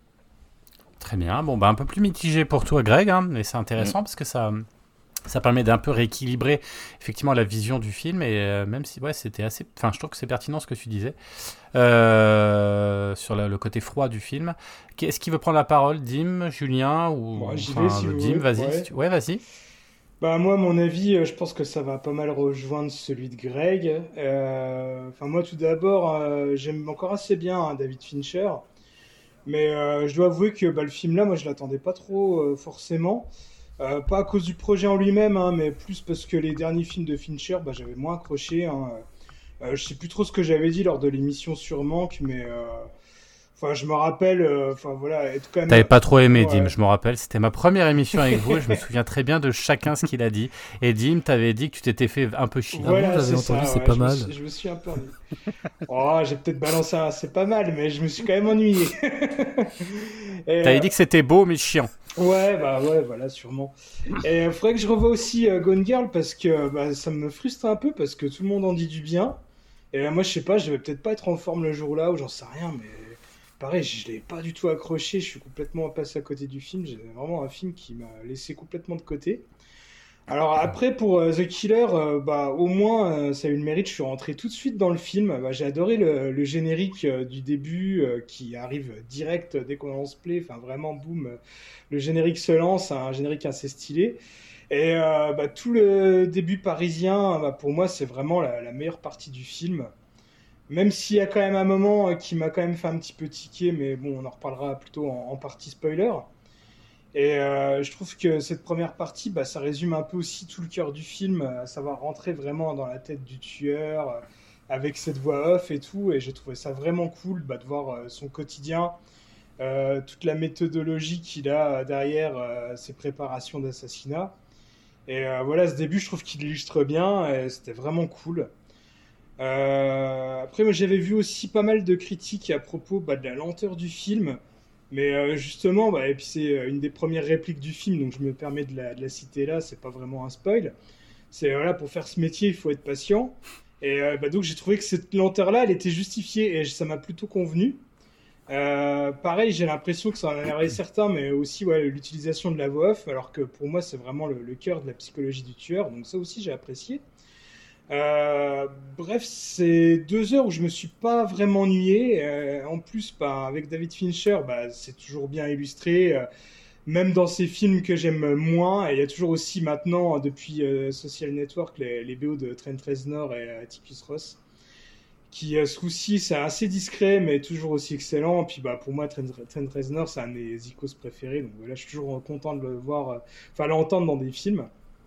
Très bien. Bon, bah, un peu plus mitigé pour toi, Greg, hein, mais c'est intéressant mmh. parce que ça, ça permet d'un peu rééquilibrer effectivement la vision du film, et euh, même si ouais, c'était assez... Enfin, je trouve que c'est pertinent ce que tu disais euh, sur la, le côté froid du film. Est-ce qui veut prendre la parole, Dim, Julien ou... Moi, j'y enfin, vais si vous Dim, voulez. vas-y. Ouais. Si tu... ouais, vas-y. Bah moi, à mon avis, je pense que ça va pas mal rejoindre celui de Greg. Euh, Enfin moi, tout d'abord, euh, j'aime encore assez bien hein, David Fincher, mais euh, je dois avouer que bah, le film-là, moi, je l'attendais pas trop euh, forcément. Euh, pas à cause du projet en lui-même, hein, mais plus parce que les derniers films de Fincher, bah, j'avais moins accroché. Hein. Euh, je sais plus trop ce que j'avais dit lors de l'émission sur Manque, mais euh, enfin, je me rappelle, enfin euh, voilà, être quand même. T'avais pas trop aimé, ouais. Dim, je me rappelle. C'était ma première émission avec vous et je me souviens très bien de chacun ce qu'il a dit. Et Dim, t'avais dit que tu t'étais fait un peu chier. Voilà, ah bon, j'avais c'est entendu, ça, c'est ouais, pas je mal. Me suis, je me suis un peu ennuyé. Oh, j'ai peut-être balancé un, c'est pas mal, mais je me suis quand même ennuyé. Et, t'avais euh... dit que c'était beau mais chiant. Ouais, bah ouais, voilà, sûrement. Et il faudrait que je revoie aussi euh, Gone Girl parce que bah, ça me frustre un peu parce que tout le monde en dit du bien. Et euh, moi, je sais pas, je vais peut-être pas être en forme le jour-là ou j'en sais rien, mais pareil, je l'ai pas du tout accroché. Je suis complètement passé à côté du film. C'est vraiment un film qui m'a laissé complètement de côté. Alors après, pour euh, The Killer, euh, bah, au moins, euh, ça a eu le mérite. Je suis rentré tout de suite dans le film. Bah, j'ai adoré le, le générique euh, du début euh, qui arrive direct dès qu'on lance play. Enfin, vraiment, boum, euh, le générique se lance, un générique assez stylé. Et euh, bah, tout le début parisien, bah, pour moi, c'est vraiment la, la meilleure partie du film. Même s'il y a quand même un moment euh, qui m'a quand même fait un petit peu tiquer, mais bon, on en reparlera plutôt en, en partie spoiler. Et euh, je trouve que cette première partie, bah, ça résume un peu aussi tout le cœur du film, à savoir rentrer vraiment dans la tête du tueur, euh, avec cette voix off et tout. Et j'ai trouvé ça vraiment cool bah, de voir euh, son quotidien, euh, toute la méthodologie qu'il a derrière euh, ses préparations d'assassinat. Et euh, voilà, ce début, je trouve qu'il illustre bien, et c'était vraiment cool. Euh, après, moi, j'avais vu aussi pas mal de critiques à propos bah, de la lenteur du film. Mais euh, justement, bah, et puis c'est une des premières répliques du film, donc je me permets de la, de la citer là, c'est pas vraiment un spoil. C'est voilà, pour faire ce métier, il faut être patient. Et euh, bah, donc j'ai trouvé que cette lenteur-là, elle était justifiée et ça m'a plutôt convenu. Euh, pareil, j'ai l'impression que ça en énervait certains, mais aussi ouais, l'utilisation de la voix off, alors que pour moi, c'est vraiment le, le cœur de la psychologie du tueur, donc ça aussi j'ai apprécié. Euh, bref, c'est deux heures où je me suis pas vraiment ennuyé. Euh, en plus, bah, avec David Fincher, bah, c'est toujours bien illustré, euh, même dans ces films que j'aime moins. Et il y a toujours aussi maintenant, depuis euh, Social Network, les, les B O de Trent Reznor et euh, Atticus Ross, qui euh, ce coup-ci, c'est assez discret, mais toujours aussi excellent. Et puis bah, pour moi, Trent, Trent Reznor, c'est un de mes icônes préférés. Donc voilà, je suis toujours content de le voir, euh, enfin l'entendre dans des films.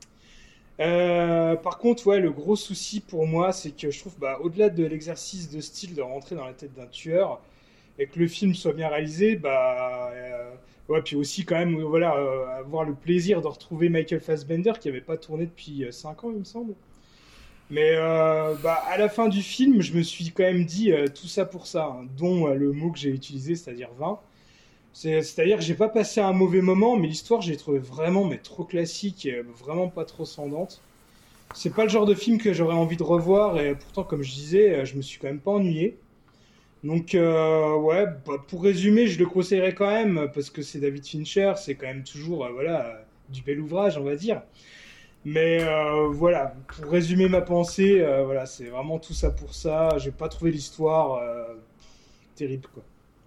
Euh, par contre, ouais, le gros souci pour moi, c'est que je trouve, bah, au-delà de l'exercice de style de rentrer dans la tête d'un tueur et que le film soit bien réalisé, bah, euh, ouais, puis aussi quand même, voilà, euh, avoir le plaisir de retrouver Michael Fassbender qui n'avait pas tourné depuis cinq ans, il me semble. Mais euh, bah, à la fin du film, je me suis quand même dit euh, tout ça pour ça, hein, dont euh, le mot que j'ai utilisé, c'est-à-dire vingt. C'est, c'est-à-dire que j'ai pas passé un mauvais moment, mais l'histoire, j'ai trouvé vraiment mais trop classique et vraiment pas trop scandante. C'est pas le genre de film que j'aurais envie de revoir, et pourtant, comme je disais, je me suis quand même pas ennuyé. Donc, euh, ouais, bah, pour résumer, je le conseillerais quand même, parce que c'est David Fincher, c'est quand même toujours, euh, voilà, euh, du bel ouvrage, on va dire. Mais euh, voilà, pour résumer ma pensée, euh, voilà, c'est vraiment tout ça pour ça. J'ai pas trouvé l'histoire euh, terrible, quoi.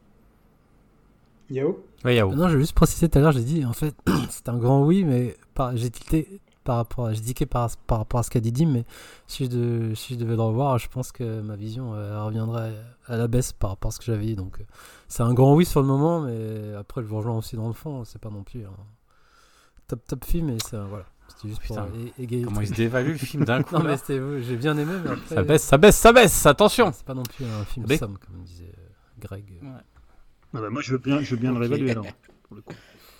Yao ? Oui, Yao. Non, je vais juste préciser tout à l'heure, j'ai dit, en fait, c'est un grand oui, mais par, j'ai tilté par rapport à, j'ai dit par, par rapport à ce qu'a dit Dim, mais si je, de, si je devais le revoir, je pense que ma vision euh, reviendrait à la baisse par rapport à ce que j'avais dit. Donc, euh, c'est un grand oui sur le moment, mais après, je vous rejoins aussi dans le fond, c'est pas non plus un top, top film, et c'est, voilà. C'était juste pour Putain, é- égayer. Comment le il se truc. dévalue le film d'un coup Non, là mais c'était, j'ai bien aimé, mais après. Ça baisse, ça baisse, ça baisse, attention. C'est pas non plus un film Mais- somme, comme disait euh, Greg. Ah bah, moi, je veux bien, je veux bien Ok. le réévaluer alors. Pour le coup.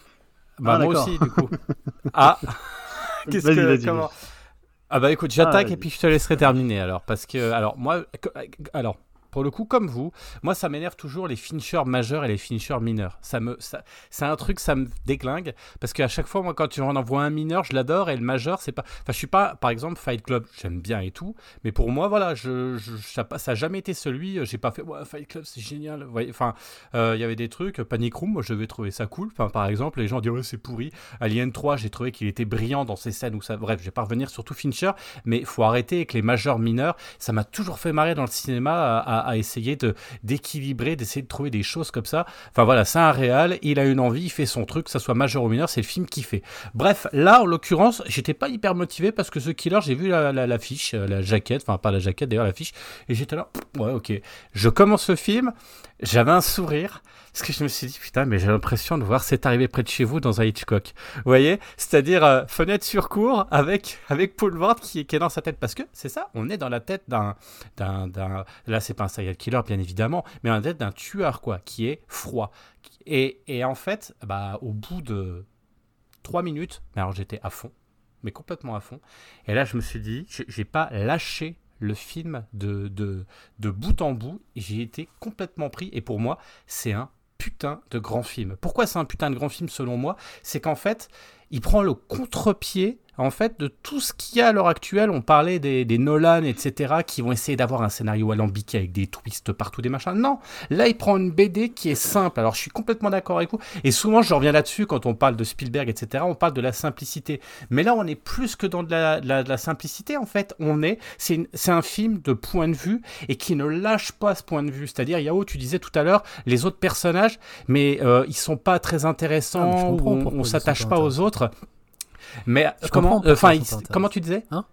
Bah Ah, moi d'accord. aussi du coup. Ah Qu'est-ce Vas-y, que vas-y, comment vas-y. Ah bah écoute, j'attaque Ah, et puis je te laisserai terminer alors parce que alors moi que- alors pour le coup, comme vous, moi ça m'énerve toujours les finishers majeurs et les finishers mineurs. Ça me, ça, c'est un truc, ça me déglingue parce qu'à chaque fois, moi, quand tu en envoies un mineur, je l'adore et le majeur, c'est pas. Enfin, je suis pas, par exemple, Fight Club, j'aime bien et tout, mais pour moi, voilà, je, je, ça, ça a jamais été celui. J'ai pas fait, ouais, Fight Club, c'est génial. Vous voyez, enfin, il euh, y avait des trucs. Panic Room, moi, je devais trouver ça cool. Enfin, par exemple, les gens disent ouais, c'est pourri. Alien trois, j'ai trouvé qu'il était brillant dans ces scènes où ça. Bref, je vais pas revenir sur tout Fincher, mais il faut arrêter avec les majeurs mineurs. Ça m'a toujours fait marrer dans le cinéma à, à, à essayer de d'équilibrer, d'essayer de trouver des choses comme ça. Enfin voilà, c'est un réal, il a une envie, il fait son truc, que ça soit majeur ou mineur, c'est le film qu'il fait. Bref, là, en l'occurrence, j'étais pas hyper motivé parce que The Killer, j'ai vu la, la, la fiche, la jaquette, enfin pas la jaquette d'ailleurs, la fiche, et j'étais là, ouais, ok. Je commence le film, j'avais un sourire, parce que je me suis dit, putain, mais j'ai l'impression de voir C'est arrivé près de chez vous dans un Hitchcock. Vous voyez ? C'est-à-dire, euh, fenêtre sur cour avec, avec Paul Ward qui, qui est dans sa tête. Parce que c'est ça, on est dans la tête d'un, d'un, d'un. Là, c'est pas un serial killer, bien évidemment, mais dans la tête d'un tueur, quoi, qui est froid. Et, et en fait, bah, au bout de trois minutes, mais alors j'étais à fond, mais complètement à fond. Et là, je me suis dit, j'ai, j'ai pas lâché le film de, de, de bout en bout. J'ai été complètement pris. Et pour moi, c'est un putain de grand film. Pourquoi c'est un putain de grand film selon moi ? C'est qu'en fait, il prend le contre-pied en fait de tout ce qu'il y a à l'heure actuelle. On parlait des, des Nolan, et cetera, qui vont essayer d'avoir un scénario alambiqué avec des twists partout, des machins. Non, là, il prend une B D qui est simple. Alors, je suis complètement d'accord avec vous. Et souvent, je reviens là-dessus quand on parle de Spielberg, et cetera. On parle de la simplicité. Mais là, on est plus que dans de la, de la, de la simplicité, en fait. On est, c'est, une, c'est un film de point de vue et qui ne lâche pas ce point de vue. C'est-à-dire, Yao, tu disais tout à l'heure, les autres personnages, mais euh, ils sont pas très intéressants, Ah, ou on, on s'attache pas aux autres. Mais Je comment, comprends enfin, pourquoi ils sont pas comment tu disais Hein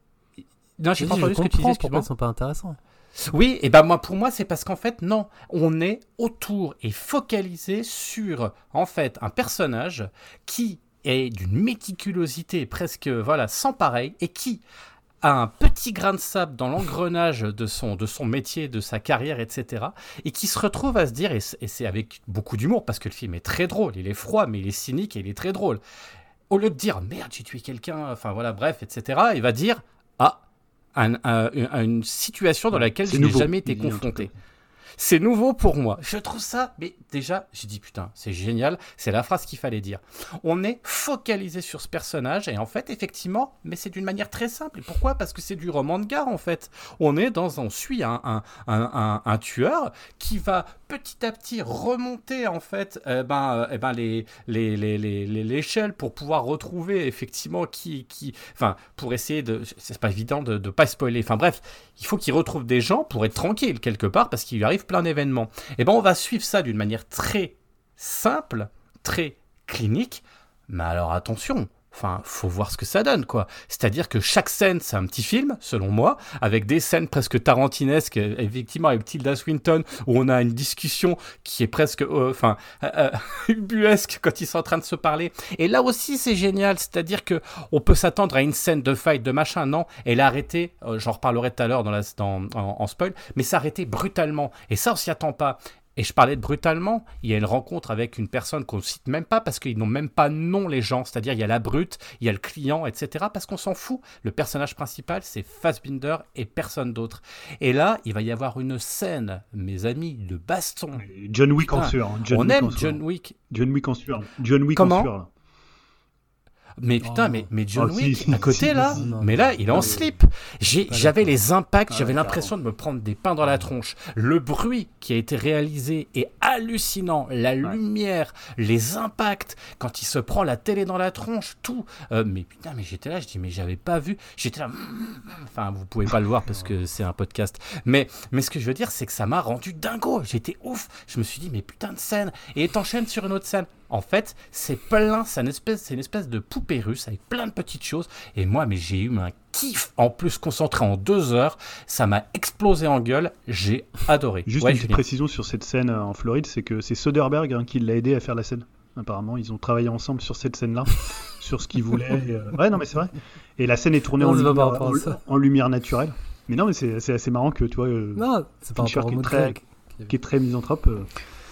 Non, j'ai Je pas dis, entendu je ce que tu disais. comprends pourquoi Excuse-moi. ils sont pas intéressants. Oui, et ben moi, pour moi, c'est parce qu'en fait, non, on est autour et focalisé sur, en fait, un personnage qui est d'une méticulosité presque, voilà, sans pareil, et qui a un petit grain de sable dans l'engrenage de son, de son métier, de sa carrière, et cetera, et qui se retrouve à se dire, et c'est, et c'est avec beaucoup d'humour, parce que le film est très drôle, il est froid, mais il est cynique et il est très drôle. Au lieu de dire « merde, j'ai tué quelqu'un », enfin voilà, bref, et cetera, il va dire « ah ». À, à, à une situation dans laquelle C'est je n'ai nouveau, jamais été il dit un truc confronté. comme ça. C'est nouveau pour moi. Je trouve ça, mais déjà, j'ai dit putain, c'est génial, c'est la phrase qu'il fallait dire. On est focalisé sur ce personnage et en fait, effectivement, mais c'est d'une manière très simple. Et pourquoi ? Parce que c'est du roman de gare en fait. On est dans, on suit un, un, un, un, un tueur qui va petit à petit remonter en fait, eh ben, euh, eh ben les, les, les, les, les, l'échelle pour pouvoir retrouver effectivement qui, qui, enfin, pour essayer de, c'est pas évident de ne pas spoiler. Enfin bref, il faut qu'il retrouve des gens pour être tranquille quelque part parce qu'il lui arrive plein d'événements. Et ben on va suivre ça d'une manière très simple, très clinique, mais alors attention. Enfin, faut voir ce que ça donne, quoi. C'est-à-dire que chaque scène, c'est un petit film, selon moi, avec des scènes presque tarantinesques, effectivement, avec Tilda Swinton, où on a une discussion qui est presque, euh, enfin, euh, ubuesque quand ils sont en train de se parler. Et là aussi, c'est génial. C'est-à-dire que on peut s'attendre à une scène de fight, de machin, non. Elle a arrêté, euh, j'en reparlerai tout à l'heure dans la, dans, en, en spoil, mais ça a arrêté brutalement. Et ça, on s'y attend pas. Et je parlais de brutalement, il y a une rencontre avec une personne qu'on ne cite même pas parce qu'ils n'ont même pas nom les gens, c'est-à-dire il y a la brute, il y a le client, et cetera. Parce qu'on s'en fout, le personnage principal c'est Fassbinder et personne d'autre. Et là, il va y avoir une scène, mes amis, de baston. John Wick Putain, en sueur. hein. John on Wick aime en sueur. John Wick. John Wick en sueur. John Wick Comment en sueur. Là. Mais putain, Oh. mais, mais John Oh, Wick, si, si, à côté si, là, si, non, mais non, là, il est en non, slip. J'ai, pas j'avais d'accord. les impacts, Ah, j'avais ouais, l'impression de me prendre des pains dans la tronche. Le bruit qui a été réalisé est hallucinant. La lumière, les impacts, quand il se prend la télé dans la tronche, tout. Euh, mais putain, mais j'étais là, je dis, mais j'avais pas vu. J'étais là. Enfin, vous pouvez pas le voir parce que c'est un podcast. Mais, mais ce que je veux dire, c'est que ça m'a rendu dingo. J'étais ouf. Je me suis dit, mais putain de scène. Et t'enchaînes sur une autre scène. En fait, c'est plein, c'est une espèce, c'est une espèce de poupée russe avec plein de petites choses. Et moi, mais j'ai eu un kiff. En plus, concentré en deux heures, ça m'a explosé en gueule. J'ai adoré. Juste Ouais, une petite Julien. précision sur cette scène euh, en Floride, c'est que c'est Soderbergh hein, qui l'a aidé à faire la scène. apparemment. Ils ont travaillé ensemble sur cette scène-là, sur ce qu'ils voulaient. Et, euh... Ouais, non, mais c'est vrai. Et la scène est tournée Non, en, c'est pas lumière, par rapport à en, ça. en lumière naturelle. Mais non, mais c'est, c'est assez marrant que, tu vois, euh, Non, c'est par Fincher rapport au qui est mode très- grec. qui est très misanthrope. euh,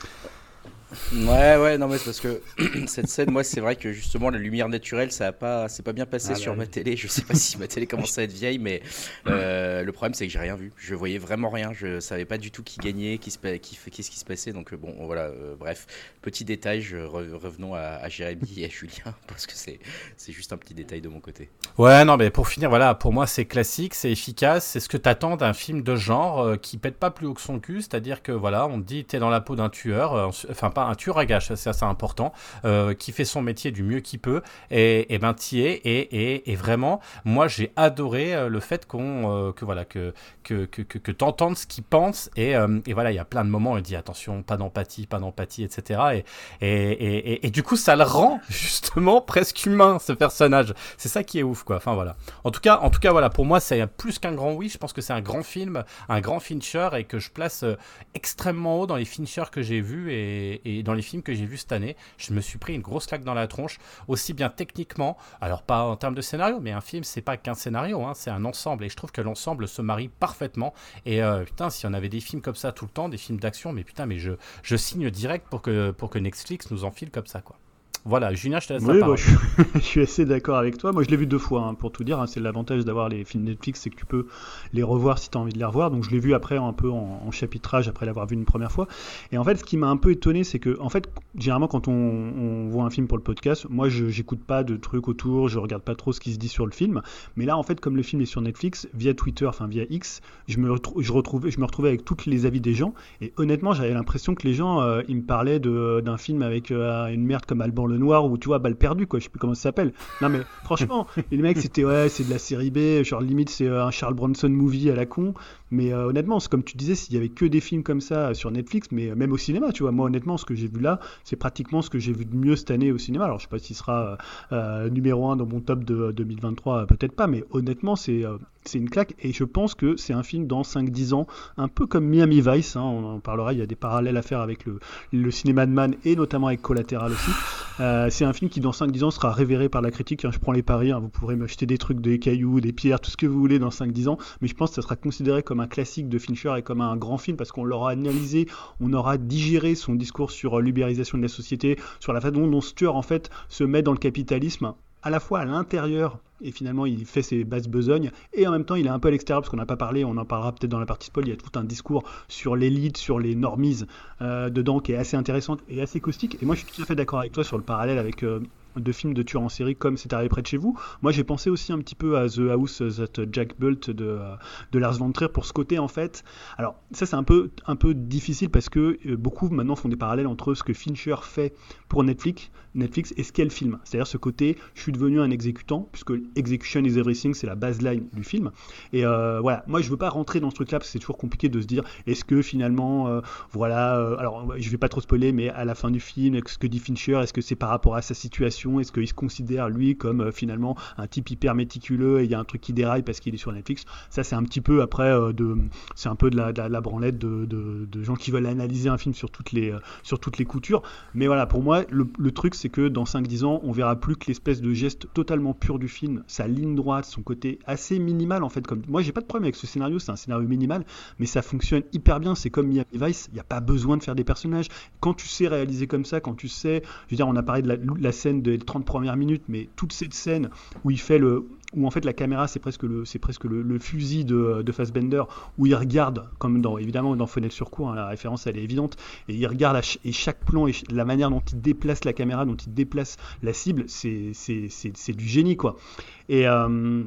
Ouais, ouais, non, mais c'est parce que cette scène, moi, c'est vrai que justement, la lumière naturelle, ça a pas, c'est pas bien passé Ah, sur bah ma oui. télé. Je sais pas si ma télé commence à être vieille, mais euh, le problème, c'est que j'ai rien vu. Je voyais vraiment rien. Je savais pas du tout qui gagnait, qui se, pa- qui, f- qu'est-ce qui se passait. Donc, euh, bon, voilà, euh, bref, petit détail. Je, re- revenons à, à Jérémy et à Julien, parce que c'est, c'est juste un petit détail de mon côté. Ouais, non, mais pour finir, voilà, pour moi, c'est classique, c'est efficace, c'est ce que t'attends d'un film de genre euh, qui pète pas plus haut que son cul, c'est-à-dire que, voilà, on te dit, t'es dans la peau d'un tueur, euh, enfin, pas un tueur à gages, ça, c'est assez important, euh, qui fait son métier du mieux qu'il peut, et, et ben, t'y es, et, et, et vraiment, moi, j'ai adoré euh, le fait qu'on, euh, que, voilà, que, que, que, que, que t'entendes ce qu'il pense, et, euh, et voilà, il y a plein de moments où il dit, attention, pas d'empathie, pas d'empathie, et cetera, et, et, et, et, et du coup, ça le rend, justement, presque humain, ce personnage. C'est ça qui est ouf, quoi. Enfin, voilà. En tout cas, en tout cas, voilà, pour moi, c'est plus qu'un grand oui. Je pense que c'est un grand film, un grand Fincher, et que je place euh, extrêmement haut dans les Fincher que j'ai vus et, et dans les films que j'ai vus cette année. Je me suis pris une grosse claque dans la tronche, aussi bien techniquement, alors pas en termes de scénario, mais un film, c'est pas qu'un scénario, hein, c'est un ensemble, et je trouve que l'ensemble se marie parfaitement. Et euh, putain, si on avait des films comme ça tout le temps, des films d'action, mais putain, mais je, je signe direct pour que, pour que Netflix nous enfile comme ça, quoi. Voilà, Julien, je te laisse la Oui, parole. bah, je, suis- je suis assez d'accord avec toi. Moi, je l'ai vu deux fois, hein, pour tout dire. hein. C'est l'avantage d'avoir les films Netflix, c'est que tu peux les revoir si tu as envie de les revoir. Donc, je l'ai vu après un peu en, en chapitrage, après l'avoir vu une première fois. Et en fait, ce qui m'a un peu étonné, c'est que, en fait, généralement, quand on, on voit un film pour le podcast, moi, je j'écoute pas de trucs autour, je regarde pas trop ce qui se dit sur le film. Mais là, en fait, comme le film est sur Netflix, via Twitter, enfin via X, je me, retrou- je retrouvais, je me retrouvais avec tous les avis des gens. Et honnêtement, j'avais l'impression que les gens, euh, ils me parlaient de- d'un film avec euh, une merde comme Alban Lenoir, où tu vois, balle perdue, quoi. Je sais plus comment ça s'appelle. Non, mais franchement, et les mecs, c'était ouais, c'est de la série B, genre limite, c'est euh, un Charles Bronson movie à la con. Mais euh, honnêtement, c'est comme tu disais, s'il y avait que des films comme ça euh, sur Netflix, mais euh, même au cinéma, tu vois, moi, honnêtement, ce que j'ai vu là, c'est pratiquement ce que j'ai vu de mieux cette année au cinéma. Alors, je sais pas s'il sera euh, euh, numéro un dans mon top de euh, deux mille vingt-trois, euh, peut-être pas, mais honnêtement, c'est euh, c'est une claque. Et je pense que c'est un film dans cinq dix ans, un peu comme Miami Vice, hein, on en parlera, il y a des parallèles à faire avec le, le cinéma de Man et notamment avec Collateral aussi. Euh, c'est un film qui dans cinq dix ans sera révéré par la critique, hein, je prends les paris, hein, vous pourrez m'acheter des trucs, des cailloux, des pierres, tout ce que vous voulez dans cinq dix ans, mais je pense que ça sera considéré comme un classique de Fincher et comme un grand film parce qu'on l'aura analysé, on aura digéré son discours sur euh, l'ubérisation de la société, sur la façon dont ce tueur en fait se met dans le capitalisme à la fois à l'intérieur et finalement il fait ses basses besognes et en même temps il est un peu à l'extérieur parce qu'on n'a pas parlé, on en parlera peut-être dans la partie spoil, il y a tout un discours sur l'élite, sur les normies euh, dedans qui est assez intéressante et assez caustique et moi je suis tout à fait d'accord avec toi sur le parallèle avec euh, de films de tueurs en série comme C'est arrivé près de chez vous. Moi j'ai pensé aussi un petit peu à The House That Jack Built de, de Lars von Trier pour ce côté en fait. Alors ça c'est un peu, un peu difficile parce que euh, beaucoup maintenant font des parallèles entre ce que Fincher fait pour Netflix, Netflix et ce qu'est le film. C'est-à-dire ce côté je suis devenu un exécutant puisque execution is everything c'est la baseline du film. Et euh, voilà, moi je veux pas rentrer dans ce truc là parce que c'est toujours compliqué de se dire est-ce que finalement euh, voilà, euh, alors je vais pas trop spoiler mais à la fin du film ce que dit Fincher, est-ce que c'est par rapport à sa situation, est-ce qu'il se considère lui comme euh, finalement un type hyper méticuleux et il y a un truc qui déraille parce qu'il est sur Netflix. Ça c'est un petit peu après euh, de, c'est un peu de la, de la, de la branlette de, de, de gens qui veulent analyser un film sur toutes les, euh, sur toutes les coutures. Mais voilà, pour moi le, le truc c'est que dans cinq dix ans on verra plus que l'espèce de geste totalement pur du film, sa ligne droite, son côté assez minimal en fait. Comme moi j'ai pas de problème avec ce scénario, c'est un scénario minimal mais ça fonctionne hyper bien, c'est comme Miami Vice, il n'y a pas besoin de faire des personnages. Quand tu sais réaliser comme ça, quand tu sais, je veux dire on a parlé de la, la scène des trente premières minutes, mais toute cette scène où il fait le, où en fait la caméra c'est presque le, c'est presque le, le fusil de, de Fassbender, où il regarde, comme dans, évidemment dans Fenêtre sur cour, hein, la référence elle est évidente, et il regarde à ch- et chaque plan et ch- la manière dont il déplace la caméra, dont il déplace la cible, c'est, c'est, c'est, c'est du génie quoi. Et euh,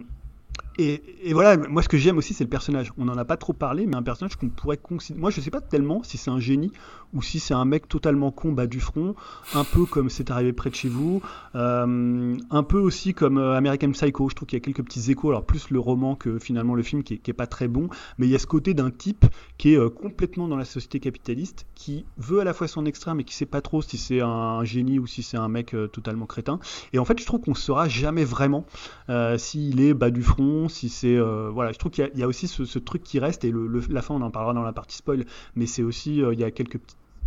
Et, et voilà, moi ce que j'aime aussi c'est le personnage. On n'en a pas trop parlé, mais un personnage qu'on pourrait considérer. Moi je sais pas tellement si c'est un génie ou si c'est un mec totalement con bas du front, un peu comme C'est arrivé près de chez vous, euh, un peu aussi comme euh, American Psycho. Je trouve qu'il y a quelques petits échos, alors plus le roman que finalement le film qui est, qui est pas très bon, mais il y a ce côté d'un type qui est euh, complètement dans la société capitaliste, qui veut à la fois son extrême mais qui sait pas trop si c'est un génie ou si c'est un mec euh, totalement crétin. Et en fait je trouve qu'on saura jamais vraiment euh, s'il est bas du front, si c'est euh, voilà, je trouve qu'il y a, il y a aussi ce, ce truc qui reste et le, le, la fin on en parlera dans la partie spoil, mais c'est aussi euh, il y a quelques petites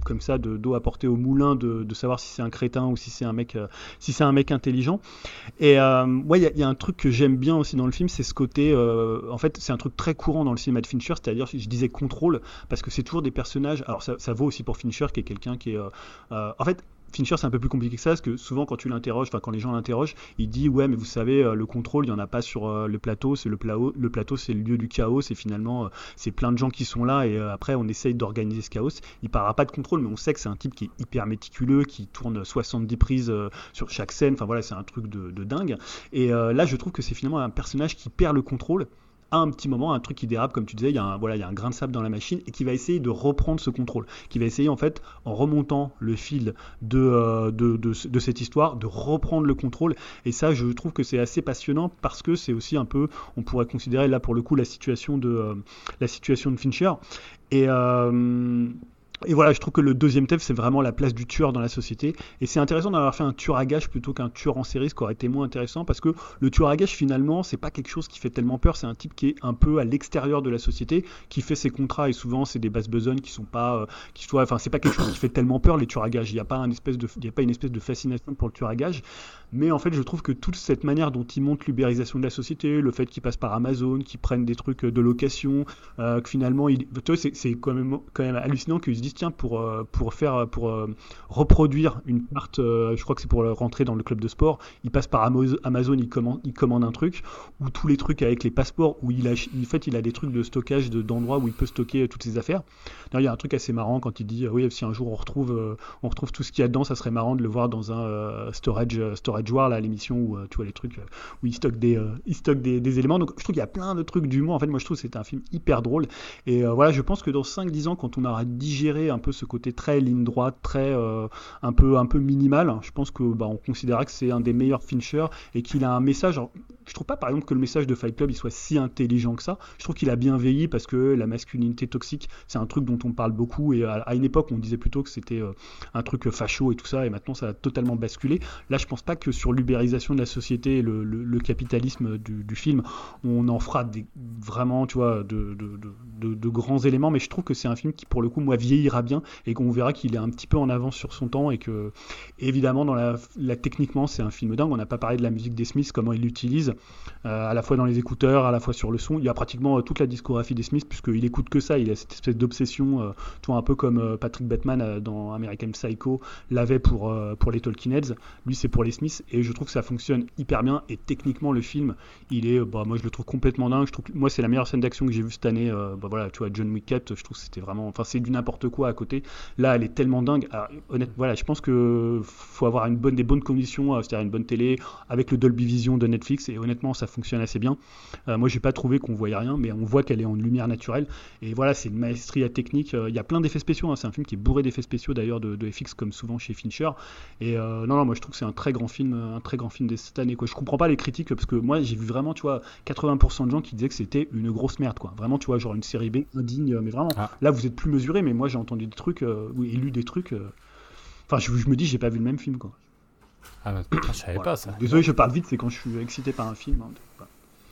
comme ça de, d'eau à porter au moulin de, de savoir si c'est un crétin ou si c'est un mec, euh, si c'est un mec intelligent. Et euh, ouais, il y, y a un truc que j'aime bien aussi dans le film, c'est ce côté, euh, en fait, c'est un truc très courant dans le cinéma de Fincher, c'est-à-dire, je disais contrôle, parce que c'est toujours des personnages, alors ça, ça vaut aussi pour Fincher, qui est quelqu'un qui est, euh, euh, en fait, Fincher, c'est un peu plus compliqué que ça, parce que souvent, quand tu l'interroges, enfin, quand les gens l'interrogent, il dit, ouais, mais vous savez, euh, le contrôle, il n'y en a pas sur euh, le plateau, c'est le, plateau, le plateau, c'est le lieu du chaos, et finalement, euh, c'est plein de gens qui sont là, et euh, après, on essaye d'organiser ce chaos. Il ne parlera pas de contrôle, mais on sait que c'est un type qui est hyper méticuleux, qui tourne soixante-dix prises euh, sur chaque scène, enfin voilà, c'est un truc de, de dingue. Et euh, là, je trouve que c'est finalement un personnage qui perd le contrôle, à un petit moment, un truc qui dérape, comme tu disais, il y a un, voilà, il y a un grain de sable dans la machine et qui va essayer de reprendre ce contrôle, qui va essayer en fait, en remontant le fil de, euh, de, de, de cette histoire, de reprendre le contrôle. Et ça, je trouve que c'est assez passionnant parce que c'est aussi un peu, on pourrait considérer là pour le coup la situation de, euh, la situation de Fincher. Et euh, Et voilà, je trouve que le deuxième thème, c'est vraiment la place du tueur dans la société. Et c'est intéressant d'avoir fait un tueur à gages plutôt qu'un tueur en série, ce qui aurait été moins intéressant, parce que le tueur à gages, finalement, c'est pas quelque chose qui fait tellement peur. C'est un type qui est un peu à l'extérieur de la société, qui fait ses contrats, et souvent, c'est des basses besognes qui sont pas, euh, qui soient, enfin, c'est pas quelque chose qui fait tellement peur, les tueurs à gages. Il n'y a pas un espèce de, il y a pas une espèce de fascination pour le tueur à gages. Mais en fait, je trouve que toute cette manière dont il montre l'ubérisation de la société, le fait qu'il passe par Amazon, qu'il prenne des trucs de location, euh, que finalement, il... tu vois, c'est, c'est quand même, quand même hallucinant qu'ils se disent, tiens, pour, euh, pour faire, pour euh, reproduire une part, euh, je crois que c'est pour rentrer dans le club de sport, il passe par Amazon, il commande, il commande un truc, ou tous les trucs avec les passeports, où il a, en fait, il a des trucs de stockage de, d'endroits où il peut stocker toutes ses affaires. D'ailleurs, il y a un truc assez marrant quand il dit, euh, oui, si un jour on retrouve, euh, on retrouve tout ce qu'il y a dedans, ça serait marrant de le voir dans un euh, storage, euh, storage war, là, l'émission où euh, tu vois les trucs euh, où il stocke des, euh, il stocke des, des éléments. Donc je trouve qu'il y a plein de trucs d'humour. En fait, moi je trouve que c'est un film hyper drôle. Et euh, voilà, je pense que dans cinq dix ans, quand on aura digéré un peu ce côté très ligne droite, très euh, un peu un peu minimal, je pense que bah, on considérera que c'est un des meilleurs Fincher et qu'il a un message. Alors, je trouve pas par exemple que le message de Fight Club il soit si intelligent que ça. Je trouve qu'il a bien vieilli parce que la masculinité toxique, c'est un truc dont on parle beaucoup et à, à une époque on disait plutôt que c'était euh, un truc facho et tout ça, et maintenant ça a totalement basculé. Là, je pense pas que sur l'ubérisation de la société et le, le, le capitalisme du, du film, on en fera des, vraiment, tu vois, de, de, de, de, de grands éléments, mais je trouve que c'est un film qui, pour le coup, moi, vieillira bien et qu'on verra qu'il est un petit peu en avance sur son temps et que, évidemment, dans la, la techniquement, c'est un film dingue. On n'a pas parlé de la musique des Smiths, comment ils l'utilisent, euh, à la fois dans les écouteurs, à la fois sur le son. Il y a pratiquement euh, toute la discographie des Smiths, puisqu'il écoute que ça. Il a cette espèce d'obsession, euh, tu vois, un peu comme euh, Patrick Bateman euh, dans American Psycho l'avait pour, euh, pour les Talking Heads. Lui, c'est pour les Smiths, et je trouve que ça fonctionne hyper bien. Et techniquement, le film, il est, bah, moi, je le trouve complètement dingue. Je trouve que, moi, c'est la meilleure scène d'action que j'ai vue cette année. Euh, bah, voilà, tu vois, John Wick quatre, je trouve que c'était vraiment, enfin, c'est du n'importe quoi à côté. Là, elle est tellement dingue. Alors, honnêtement, voilà, je pense que faut avoir une bonne, des bonnes conditions, euh, c'est-à-dire une bonne télé avec le Dolby Vision de Netflix. Et honnêtement, ça fonctionne assez bien. Euh, moi, j'ai pas trouvé qu'on voyait rien, mais on voit qu'elle est en lumière naturelle. Et voilà, c'est une maestria technique. Il euh, y a plein d'effets spéciaux. Hein. C'est un film qui est bourré d'effets spéciaux d'ailleurs de, de F X comme souvent chez Fincher. Et euh, non, non, moi je trouve que c'est un très grand film, un très grand film de cette année. Quoi. Je comprends pas les critiques parce que moi j'ai vu vraiment, tu vois, quatre-vingts pour cent de gens qui disaient que c'était une grosse merde, quoi. Vraiment, tu vois, genre une série B indigne, mais vraiment. Ah. Là, vous êtes plus mesurés, mais moi j'ai entendu des trucs, euh, et lu des trucs. Euh... Enfin, je, je me dis, j'ai pas vu le même film, quoi. Ah, bah, je savais ouais. pas ça. Désolé, je parle vite, c'est quand je suis excité par un film. Hein, donc,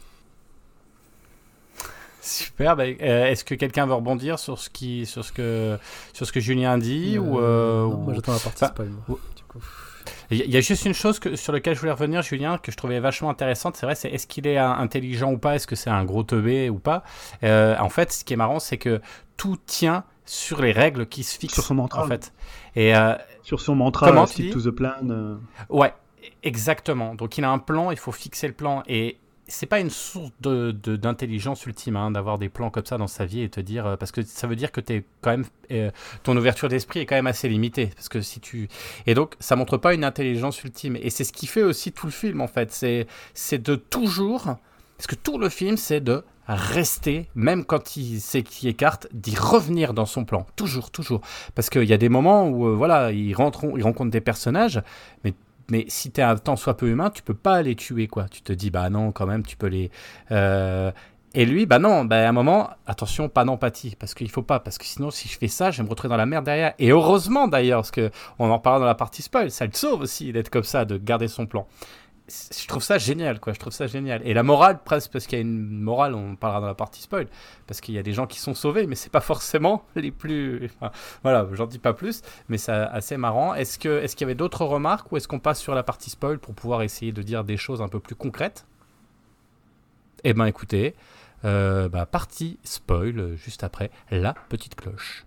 super. Bah, euh, est-ce que quelqu'un veut rebondir sur ce qui, sur ce que, sur ce que Julien dit euh, ou, euh, non, ou... Moi, j'attends la partie spoil. Moi, du coup. Il y a juste une chose que, sur laquelle je voulais revenir, Julien, que je trouvais vachement intéressante. C'est vrai, c'est est-ce qu'il est intelligent ou pas, est-ce que c'est un gros teubé ou pas. Euh, en fait, ce qui est marrant, c'est que tout tient sur les règles qui se fixent. Sur son mantra. En fait. Et euh, sur son mantra, stick to the plan. Euh... Ouais, exactement. Donc il a un plan, il faut fixer le plan. Et c'est pas une source de, de, d'intelligence ultime hein, d'avoir des plans comme ça dans sa vie et te dire euh, parce que ça veut dire que t'es quand même euh, ton ouverture d'esprit est quand même assez limitée parce que si tu et donc ça montre pas une intelligence ultime et c'est ce qui fait aussi tout le film en fait c'est c'est de toujours parce que tout le film c'est de rester même quand il sait qu'il écarte d'y revenir dans son plan toujours toujours parce qu'il y a des moments où euh, voilà il rentre il rencontre des personnages mais Mais si t'es un tant soit peu humain, tu peux pas les tuer, quoi. Tu te dis, bah non, quand même, tu peux les... Euh... Et lui, bah non, bah à un moment, attention, pas d'empathie, parce qu'il faut pas, parce que sinon, si je fais ça, je vais me retrouver dans la merde derrière. Et heureusement, d'ailleurs, parce qu'on en parlera dans la partie spoil, ça le sauve aussi d'être comme ça, de garder son plan. je trouve ça génial, quoi. Je trouve ça génial. Et la morale, presque, parce qu'il y a une morale, on parlera dans la partie spoil, parce qu'il y a des gens qui sont sauvés, mais c'est pas forcément les plus. Enfin, voilà, j'en dis pas plus, mais c'est assez marrant. Est-ce que, est-ce qu'il y avait d'autres remarques, ou est-ce qu'on passe sur la partie spoil pour pouvoir essayer de dire des choses un peu plus concrètes ? Eh ben, écoutez, euh, bah, partie spoil juste après la petite cloche.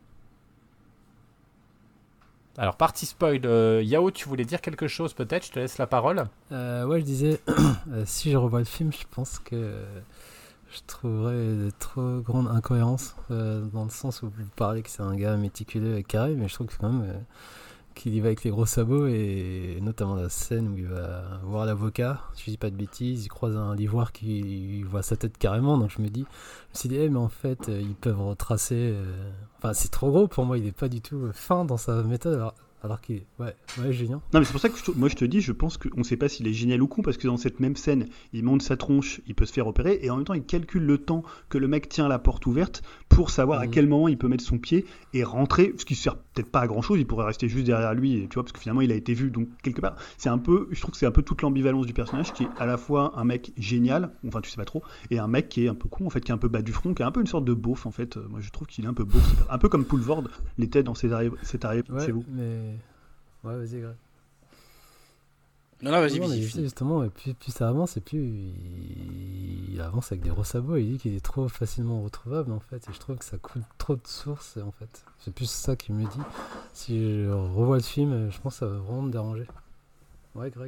Alors, partie spoil, euh, Yao, tu voulais dire quelque chose peut-être ? Je te laisse la parole. Euh, ouais, je disais, euh, si je revois le film, je pense que je trouverais de trop grandes incohérences, euh, dans le sens où vous parlez que c'est un gars méticuleux et carré, mais je trouve que quand même euh, qu'il y va avec les gros sabots, et notamment la scène où il va voir l'avocat, si je dis pas de bêtises, il croise un livreur qui voit sa tête carrément, donc je me dis, je me suis dit, hey, mais en fait, euh, ils peuvent retracer... Euh... Enfin, c'est trop gros pour moi, il est pas du tout fin dans sa méthode, alors, alors qu'il est... Ouais, ouais, génial. Non, mais c'est pour ça que je te- moi je te dis, je pense qu'on ne sait pas s'il est génial ou con, parce que dans cette même scène, il monte sa tronche, il peut se faire opérer, et en même temps, il calcule le temps que le mec tient la porte ouverte pour savoir à Mhm. quel moment il peut mettre son pied et rentrer, ce qui sert peut-être pas à grand chose, il pourrait rester juste derrière lui, et tu vois, parce que finalement il a été vu, donc quelque part, c'est un peu, je trouve que c'est un peu toute l'ambivalence du personnage, qui est à la fois un mec génial, enfin tu sais pas trop, et un mec qui est un peu con, en fait, qui est un peu bas du front, qui est un peu une sorte de beauf, en fait. Euh, moi je trouve qu'il est un peu beauf, un peu comme Poulvord l'était dans ses arrivées, cette arrivée Ouais, chez vous. mais... Ouais, vas-y, Greg. Non, non, vas-y, Non, mais vas-y. je sais, justement, et plus, plus ça avance, et plus il, il avance avec des gros sabots, et il dit qu'il est trop facilement retrouvable, en fait, et je trouve que ça coule trop de sources, en fait. C'est plus ça qui me dit. Si je revois le film, je pense que ça va vraiment me déranger. Ouais, Greg.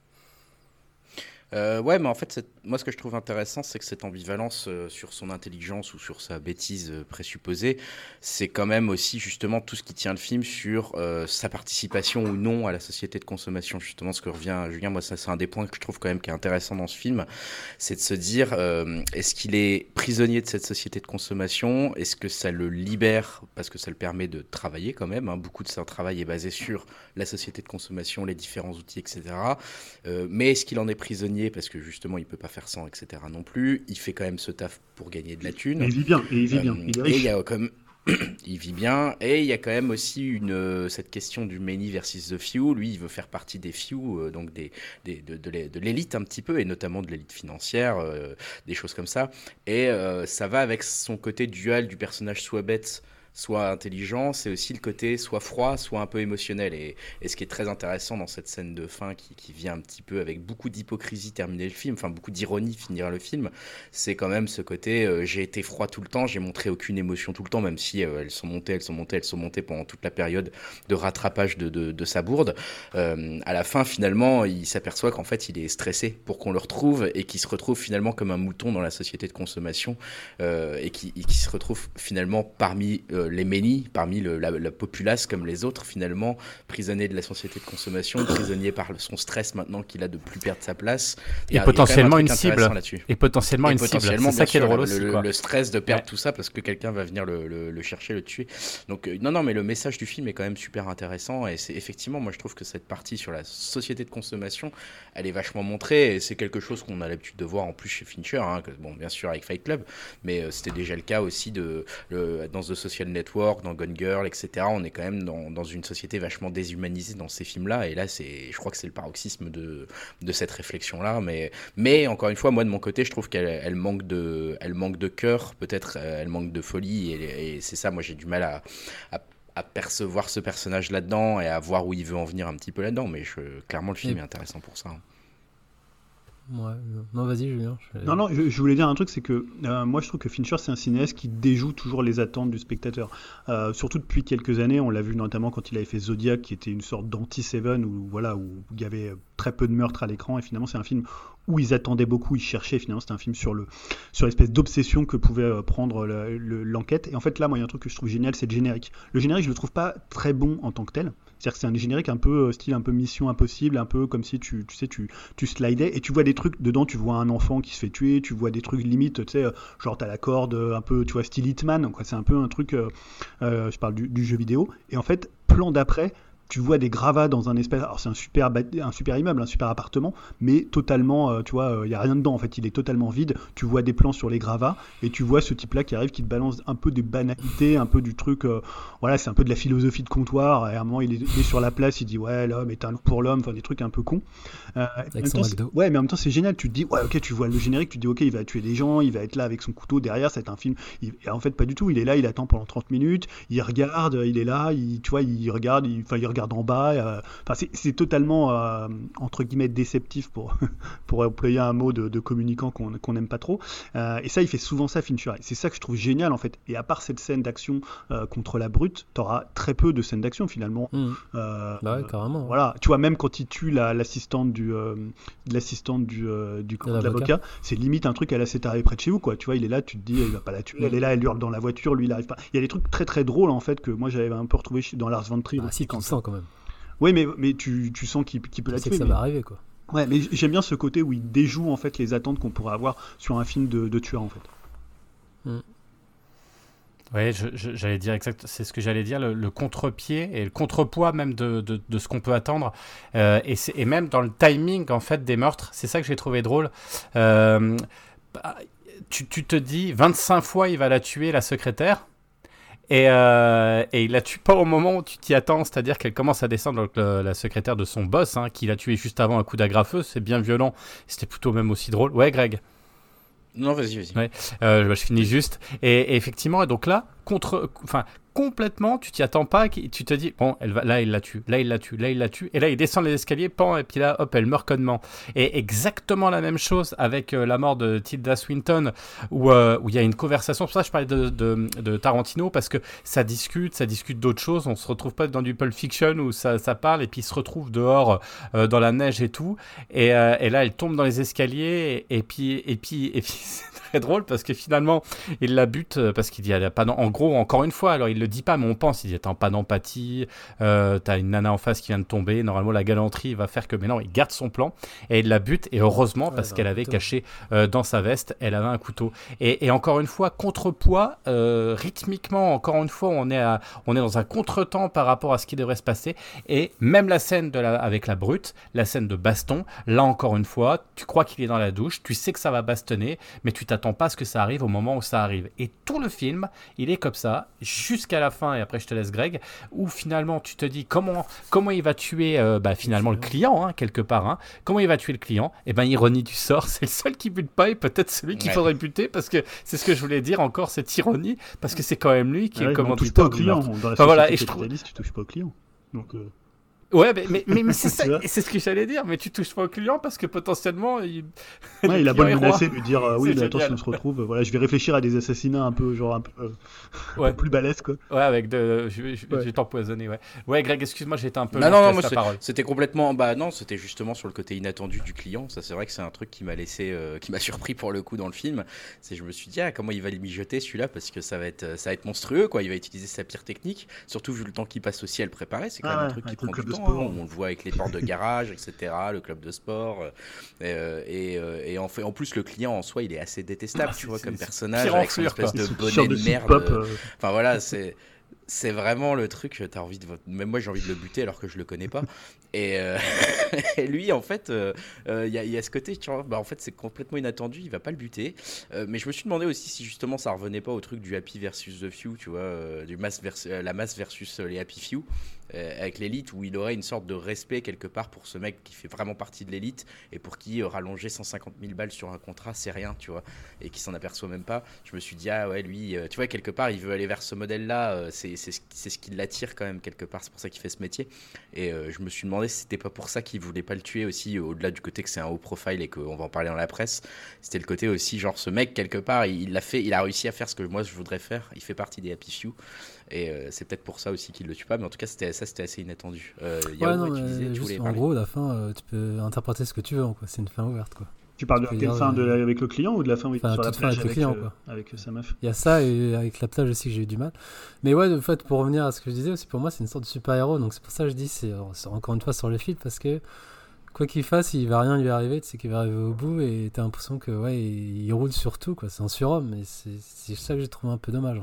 Euh, ouais, mais en fait, cette- moi, ce que je trouve intéressant, c'est que cette ambivalence euh, sur son intelligence ou sur sa bêtise euh, présupposée, c'est quand même aussi justement tout ce qui tient le film sur euh, sa participation ou non à la société de consommation. Justement, ce que revient Julien, moi, ça, c'est un des points que je trouve quand même qui est intéressant dans ce film, c'est de se dire, euh, est-ce qu'il est prisonnier de cette société de consommation ? Est-ce que ça le libère parce que ça le permet de travailler quand même, hein. Beaucoup de son travail est basé sur la société de consommation, les différents outils, et cetera. Euh, mais est-ce qu'il en est prisonnier parce que justement il peut pas faire sans, et cetera non plus. Il fait quand même ce taf pour gagner de la Et thune. il vit bien, et il vit bien, Euh, il est et il riche. y a comme il vit bien, et il y a quand même aussi une euh, cette question du many versus the few. Lui, il veut faire partie des few, euh, donc des, des de, de l'é- de l'élite un petit peu, et notamment de l'élite financière, euh, des choses comme ça. Et euh, ça va avec son côté dual du personnage soit bête, soit intelligent. C'est aussi le côté soit froid, soit un peu émotionnel. Et, et ce qui est très intéressant dans cette scène de fin qui, qui vient un petit peu avec beaucoup d'hypocrisie terminer le film, enfin beaucoup d'ironie finir le film, c'est quand même ce côté euh, j'ai été froid tout le temps, j'ai montré aucune émotion tout le temps, même si euh, elles sont montées, elles sont montées, elles sont montées pendant toute la période de rattrapage de, de, de sa bourde. Euh, à la fin, finalement, il s'aperçoit qu'en fait, il est stressé pour qu'on le retrouve et qu'il se retrouve finalement comme un mouton dans la société de consommation euh, et qui qui se retrouve finalement parmi euh, les ménis, parmi le, la, la populace comme les autres, finalement, prisonnier de la société de consommation, prisonnier par son stress maintenant qu'il a de plus perdre sa place. Il y Et a- il y a quand même un potentiellement truc une cible. intéressant là-dessus. Et potentiellement Et une cible. potentiellement, C'est ça bien qui est sûr, drôle le, aussi, le- quoi. le stress de perdre Ouais. tout ça parce que quelqu'un va venir le, le- le chercher, le tuer. Donc, euh, non, non, mais le message du film est quand même super intéressant. Et c'est effectivement, moi, je trouve que cette partie sur la société de consommation, elle est vachement montrée. Et c'est quelque chose qu'on a l'habitude de voir en plus chez Fincher. Hein, que, bon, bien sûr, avec Fight Club. Mais euh, c'était déjà le cas aussi de, le- dans The Social Network, dans Gone Girl, et cetera. On est quand même dans, dans une société vachement déshumanisée dans ces films-là. Et là, c'est, je crois que c'est le paroxysme de, de cette réflexion-là. Mais, mais encore une fois, moi, de mon côté, je trouve qu'elle elle manque de, elle manque de cœur, peut-être, euh, elle manque de folie. Et, et c'est ça, moi, j'ai du mal à, à, à percevoir ce personnage là-dedans et à voir où il veut en venir un petit peu là-dedans. Mais je, clairement, le film Et- est intéressant pour ça. hein. Ouais, non, non, vas-y, Julien. je- Non, non, je, je voulais dire un truc, c'est que euh, moi je trouve que Fincher c'est un cinéaste qui déjoue toujours les attentes du spectateur. Euh, surtout depuis quelques années, on l'a vu notamment quand il avait fait Zodiac, qui était une sorte d'anti-Seven, où, voilà, où il y avait très peu de meurtres à l'écran, et finalement c'est un film où ils attendaient beaucoup, ils cherchaient, finalement c'était un film sur, le, sur l'espèce d'obsession que pouvait euh, prendre le- le- l'enquête. Et en fait là, moi il y a un truc que je trouve génial, c'est le générique. Le générique, je le trouve pas très bon en tant que tel. C'est-à-dire que c'est un générique un peu euh, style un peu Mission Impossible, un peu comme si tu, tu sais, tu, tu slidais et tu vois des trucs dedans, tu vois un enfant qui se fait tuer, tu vois des trucs limite, tu sais, euh, genre t'as la corde, euh, un peu, tu vois, style Hitman, quoi. C'est un peu un truc, euh, euh, je parle du, du jeu vidéo. Et en fait, plan d'après, tu vois des gravats dans un espèce, alors c'est un super, un super immeuble, un super appartement, mais totalement, euh, tu vois, il euh, n'y a rien dedans en fait, il est totalement vide, tu vois des plans sur les gravats, et tu vois ce type-là qui arrive, qui te balance un peu des banalités, un peu du truc, euh, voilà, c'est un peu de la philosophie de comptoir, et à un moment il est, il est sur la place, il dit ouais, l'homme est un loup pour l'homme, enfin des trucs un peu cons. Euh, avec son McDo. Ouais, mais en même temps c'est génial, tu te dis, ouais ok, tu vois le générique, tu te dis ok, il va tuer des gens, il va être là avec son couteau derrière, c'est un film, il, et en fait pas du tout, il est là, il attend pendant trente minutes, il regarde, il est là, il, tu vois, il regarde, il, enfin il regarde en bas, euh, enfin c'est, c'est totalement euh, entre guillemets déceptif pour pour employer un mot de, de communicant qu'on qu'on n'aime pas trop, euh, et ça il fait souvent ça Fincher, et c'est ça que je trouve génial en fait, et à part cette scène d'action euh, contre la brute, t'auras très peu de scènes d'action finalement. Mmh. Euh, bah ouais, carrément. Voilà, tu vois, même quand il tue la, l'assistante du euh, l'assistante du euh, du de l'avocat, c'est limite un truc à la sétarée près de chez vous, quoi. Tu vois, il est là, tu te dis il va pas la tuer, mmh. elle est là, elle hurle dans la voiture, lui il arrive pas. Il y a des trucs très très drôles en fait que moi j'avais un peu retrouvé dans Lars von Trier. Ah si, tu le sens quand même. Oui, mais mais tu, tu sens qu'il, qu'il peut tu la sais tuer. Que ça mais... va arriver quoi. Ouais, mais j'aime bien ce côté où il déjoue en fait les attentes qu'on pourrait avoir sur un film de, de tueur en fait. Mmh. Oui, je, je, j'allais dire exact, c'est ce que j'allais dire, le, le contre-pied et le contrepoids même de, de, de ce qu'on peut attendre, euh, et, c'est, et même dans le timing en fait des meurtres, c'est ça que j'ai trouvé drôle. Euh, bah, tu, tu te dis vingt-cinq fois il va la tuer la secrétaire. Et, euh, et il la tue pas au moment où tu t'y attends, c'est-à-dire qu'elle commence à descendre, donc le, la secrétaire de son boss, hein, qui l'a tué juste avant un coup d'agrafeuse, c'est bien violent, c'était plutôt même aussi drôle. Ouais, Greg. Non, vas-y, vas-y. Ouais, euh, bah, je finis juste. Et, et effectivement, donc là, contre, enfin, complètement, tu t'y attends pas, tu te dis, bon, elle va, là, il la tue, là, il la tue, là, il la tue, et là, il descend les escaliers, pan, et puis là, hop, elle meurt connement. Et exactement la même chose avec euh, la mort de Tilda Swinton, où euh, où il y a une conversation. C'est pour ça que je parlais de, de, de Tarantino, parce que ça discute, ça discute d'autres choses. On se retrouve pas dans du Pulp Fiction où ça, ça parle, et puis ils se retrouvent dehors euh, dans la neige et tout. Et, euh, et là, elle tombe dans les escaliers, et, et puis, et puis, et puis, c'est très drôle parce que finalement, il la bute parce qu'il dit, elle a pas, en gros, encore une fois, alors il le dit pas, mais on pense, il dit, attends, pas d'empathie, euh, t'as une nana en face qui vient de tomber, normalement la galanterie va faire que, mais non, il garde son plan et il la bute, et heureusement, ouais, parce qu'elle avait couteau. caché euh, dans sa veste, elle avait un couteau. Et, et encore une fois, contrepoids, euh, rythmiquement, encore une fois, on est, à, on est dans un contretemps par rapport à ce qui devrait se passer, et même la scène de la, avec la brute, la scène de baston, là encore une fois, tu crois qu'il est dans la douche, tu sais que ça va bastonner, mais tu t'attends pas à ce que ça arrive au moment où ça arrive. Et tout le film, il est comme ça, jusqu'à la fin, et après je te laisse Greg, où finalement tu te dis comment, comment il va tuer euh, bah, finalement le client, hein, quelque part, hein. Comment il va tuer le client, et ben ironie du sort, c'est le seul qui bute pas, et peut-être celui qu'il ouais. faudrait buter, parce que c'est ce que je voulais dire encore, cette ironie, parce que c'est quand même lui qui ouais, est le commanditaire du meurtre. Dans la enfin, voilà, et je trouve... tu touches pas au client. Donc euh... Ouais, mais, mais, mais, mais c'est ça, c'est ce que j'allais dire, mais tu touches pas au client parce que potentiellement il, ouais, il a beau le menacer, lui dire euh, oui, mais attends, si on se retrouve, euh, voilà, je vais réfléchir à des assassinats un peu, genre un peu, euh, ouais. un peu plus balèzes, quoi. Ouais, avec de, je, je, je ouais. vais t'empoisonner, ouais. Ouais, Greg, excuse-moi, j'étais un peu. Bah non, non, moi, c'était complètement, bah non, c'était justement sur le côté inattendu du client. Ça, c'est vrai que c'est un truc qui m'a laissé, euh, qui m'a surpris pour le coup dans le film. C'est, je me suis dit, ah, comment il va le mijoter celui-là, parce que ça va être, ça va être monstrueux, quoi. Il va utiliser sa pire technique, surtout vu le temps qu'il passe aussi à le préparer. C'est quand ah, même un truc qui prend du temps. Hein. On le voit avec les portes de garage, et cetera, le club de sport, euh, et, euh, et en, fait, en plus le client en soi il est assez détestable, ah, tu vois, comme personnage, avec son espèce de bonnet de merde. Pop, euh... Enfin voilà, c'est c'est vraiment le truc, t'as envie de, même moi j'ai envie de le buter alors que je le connais pas. Et, euh... et lui en fait, il euh, euh, y, y a ce côté, tu vois, bah en fait c'est complètement inattendu, il va pas le buter. Euh, mais je me suis demandé aussi si justement ça revenait pas au truc du happy versus the few, tu vois, euh, du mass vers, euh, la masse versus les happy few. Euh, avec l'élite, où il aurait une sorte de respect quelque part pour ce mec qui fait vraiment partie de l'élite et pour qui euh, rallonger cent cinquante mille balles sur un contrat c'est rien, tu vois, et qui s'en aperçoit même pas. Je me suis dit ah ouais, lui euh, tu vois, quelque part il veut aller vers ce modèle là, euh, c'est, c'est, c'est ce qui l'attire quand même quelque part, c'est pour ça qu'il fait ce métier. Et euh, je me suis demandé si c'était pas pour ça qu'il voulait pas le tuer aussi, euh, au-delà du côté que c'est un haut profile et qu'on va en parler dans la presse, c'était le côté aussi genre ce mec quelque part il, il l'a fait, il a réussi à faire ce que moi je voudrais faire, il fait partie des happy few. Et euh, c'est peut-être pour ça aussi qu'il le tue pas, mais en tout cas c'était, ça c'était assez inattendu. Euh, ouais, Yao, non, ouais, tu disais, tu voulais en parler. Gros, la fin, euh, tu peux interpréter ce que tu veux, quoi. C'est une fin ouverte, quoi. Tu parles tu de la fin de la, avec le client ou de la fin, oui, enfin, sur la plage avec, avec, client, euh, avec sa meuf. Il y a ça, et avec la plage aussi que j'ai eu du mal. Mais ouais, en fait, pour revenir à ce que je disais aussi, pour moi c'est une sorte de super-héros, donc c'est pour ça que je dis, c'est, c'est encore une fois sur le fil, parce que quoi qu'il fasse, il va rien lui arriver, tu sais qu'il va arriver au bout, et t'as l'impression que ouais, il, il roule sur tout, quoi. C'est un surhomme, mais c'est, c'est ça que j'ai trouvé un peu dommage en fait.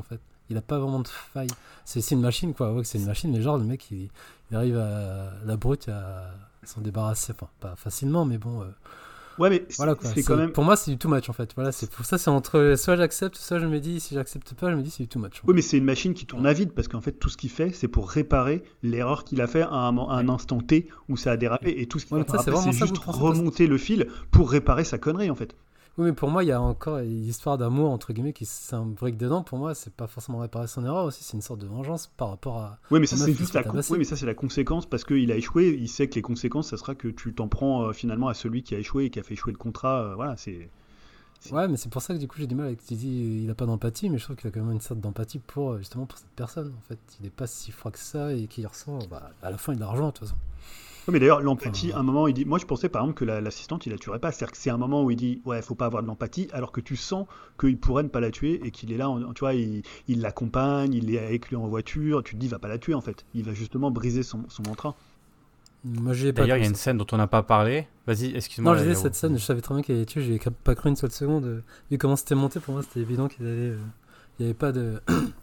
il a pas vraiment de faille. C'est, c'est une machine, quoi. Ouais, c'est une machine, mais genre, le mec, il, il arrive à la brute à s'en débarrasser. Enfin, pas facilement, mais bon. Euh, ouais, mais voilà, quoi. c'est, C'est, quand même. Pour moi, c'est du too much, en fait. Voilà, c'est pour ça, c'est entre. Soit j'accepte, soit je me dis, si j'accepte pas, je me dis, c'est du too much. Oui, mais c'est une machine qui tourne à vide parce qu'en fait, tout ce qu'il fait, c'est pour réparer l'erreur qu'il a fait à un, à un instant T où ça a dérapé. Et tout ce qu'il Ouais, fait mais ça, c'est après, vraiment c'est ça, juste vous pensez, remonter le fil pour réparer sa connerie, en fait. Oui, mais pour moi, il y a encore une histoire d'amour, entre guillemets, qui s'imbrique dedans. Pour moi, c'est pas forcément réparer son erreur aussi, c'est une sorte de vengeance par rapport à. Oui, mais ça, à c'est meuf qui juste se la, fait con- tabasser. oui, mais ça, c'est la conséquence parce qu'il a échoué. Il sait que les conséquences, ça sera que tu t'en prends euh, finalement à celui qui a échoué et qui a fait échouer le contrat. euh, voilà, c'est. c'est- Ouais, mais c'est pour ça que du coup, j'ai du mal avec. Tu dis, il a pas d'empathie, mais je trouve qu'il a quand même une sorte d'empathie pour, euh, justement, pour cette personne. En fait, il est pas si froid que ça et qu'il ressent. Bah, à la fin, il a l'argent, de toute façon. Ouais, mais d'ailleurs, l'empathie, Enfin, à un moment, il dit. Moi, je pensais par exemple que la- l'assistante, il la tuerait pas. C'est-à-dire que c'est un moment où il dit, ouais, faut pas avoir de l'empathie, alors que tu sens qu'il pourrait ne pas la tuer et qu'il est là, en- tu vois, il, il l'accompagne, il est avec lui en voiture. Tu te dis, il va pas la tuer en fait. Il va justement briser son, son mantra. Moi, j'y ai pas D'ailleurs, il y a cru une ça. scène dont on n'a pas parlé. Vas-y, excuse-moi. Non, je disais, Yao. cette scène, je savais très bien qu'elle allait tuer, j'y ai pas cru une seule seconde. euh, Vu comment c'était monté, pour moi, c'était évident qu'il allait. euh, Il n'y avait pas de...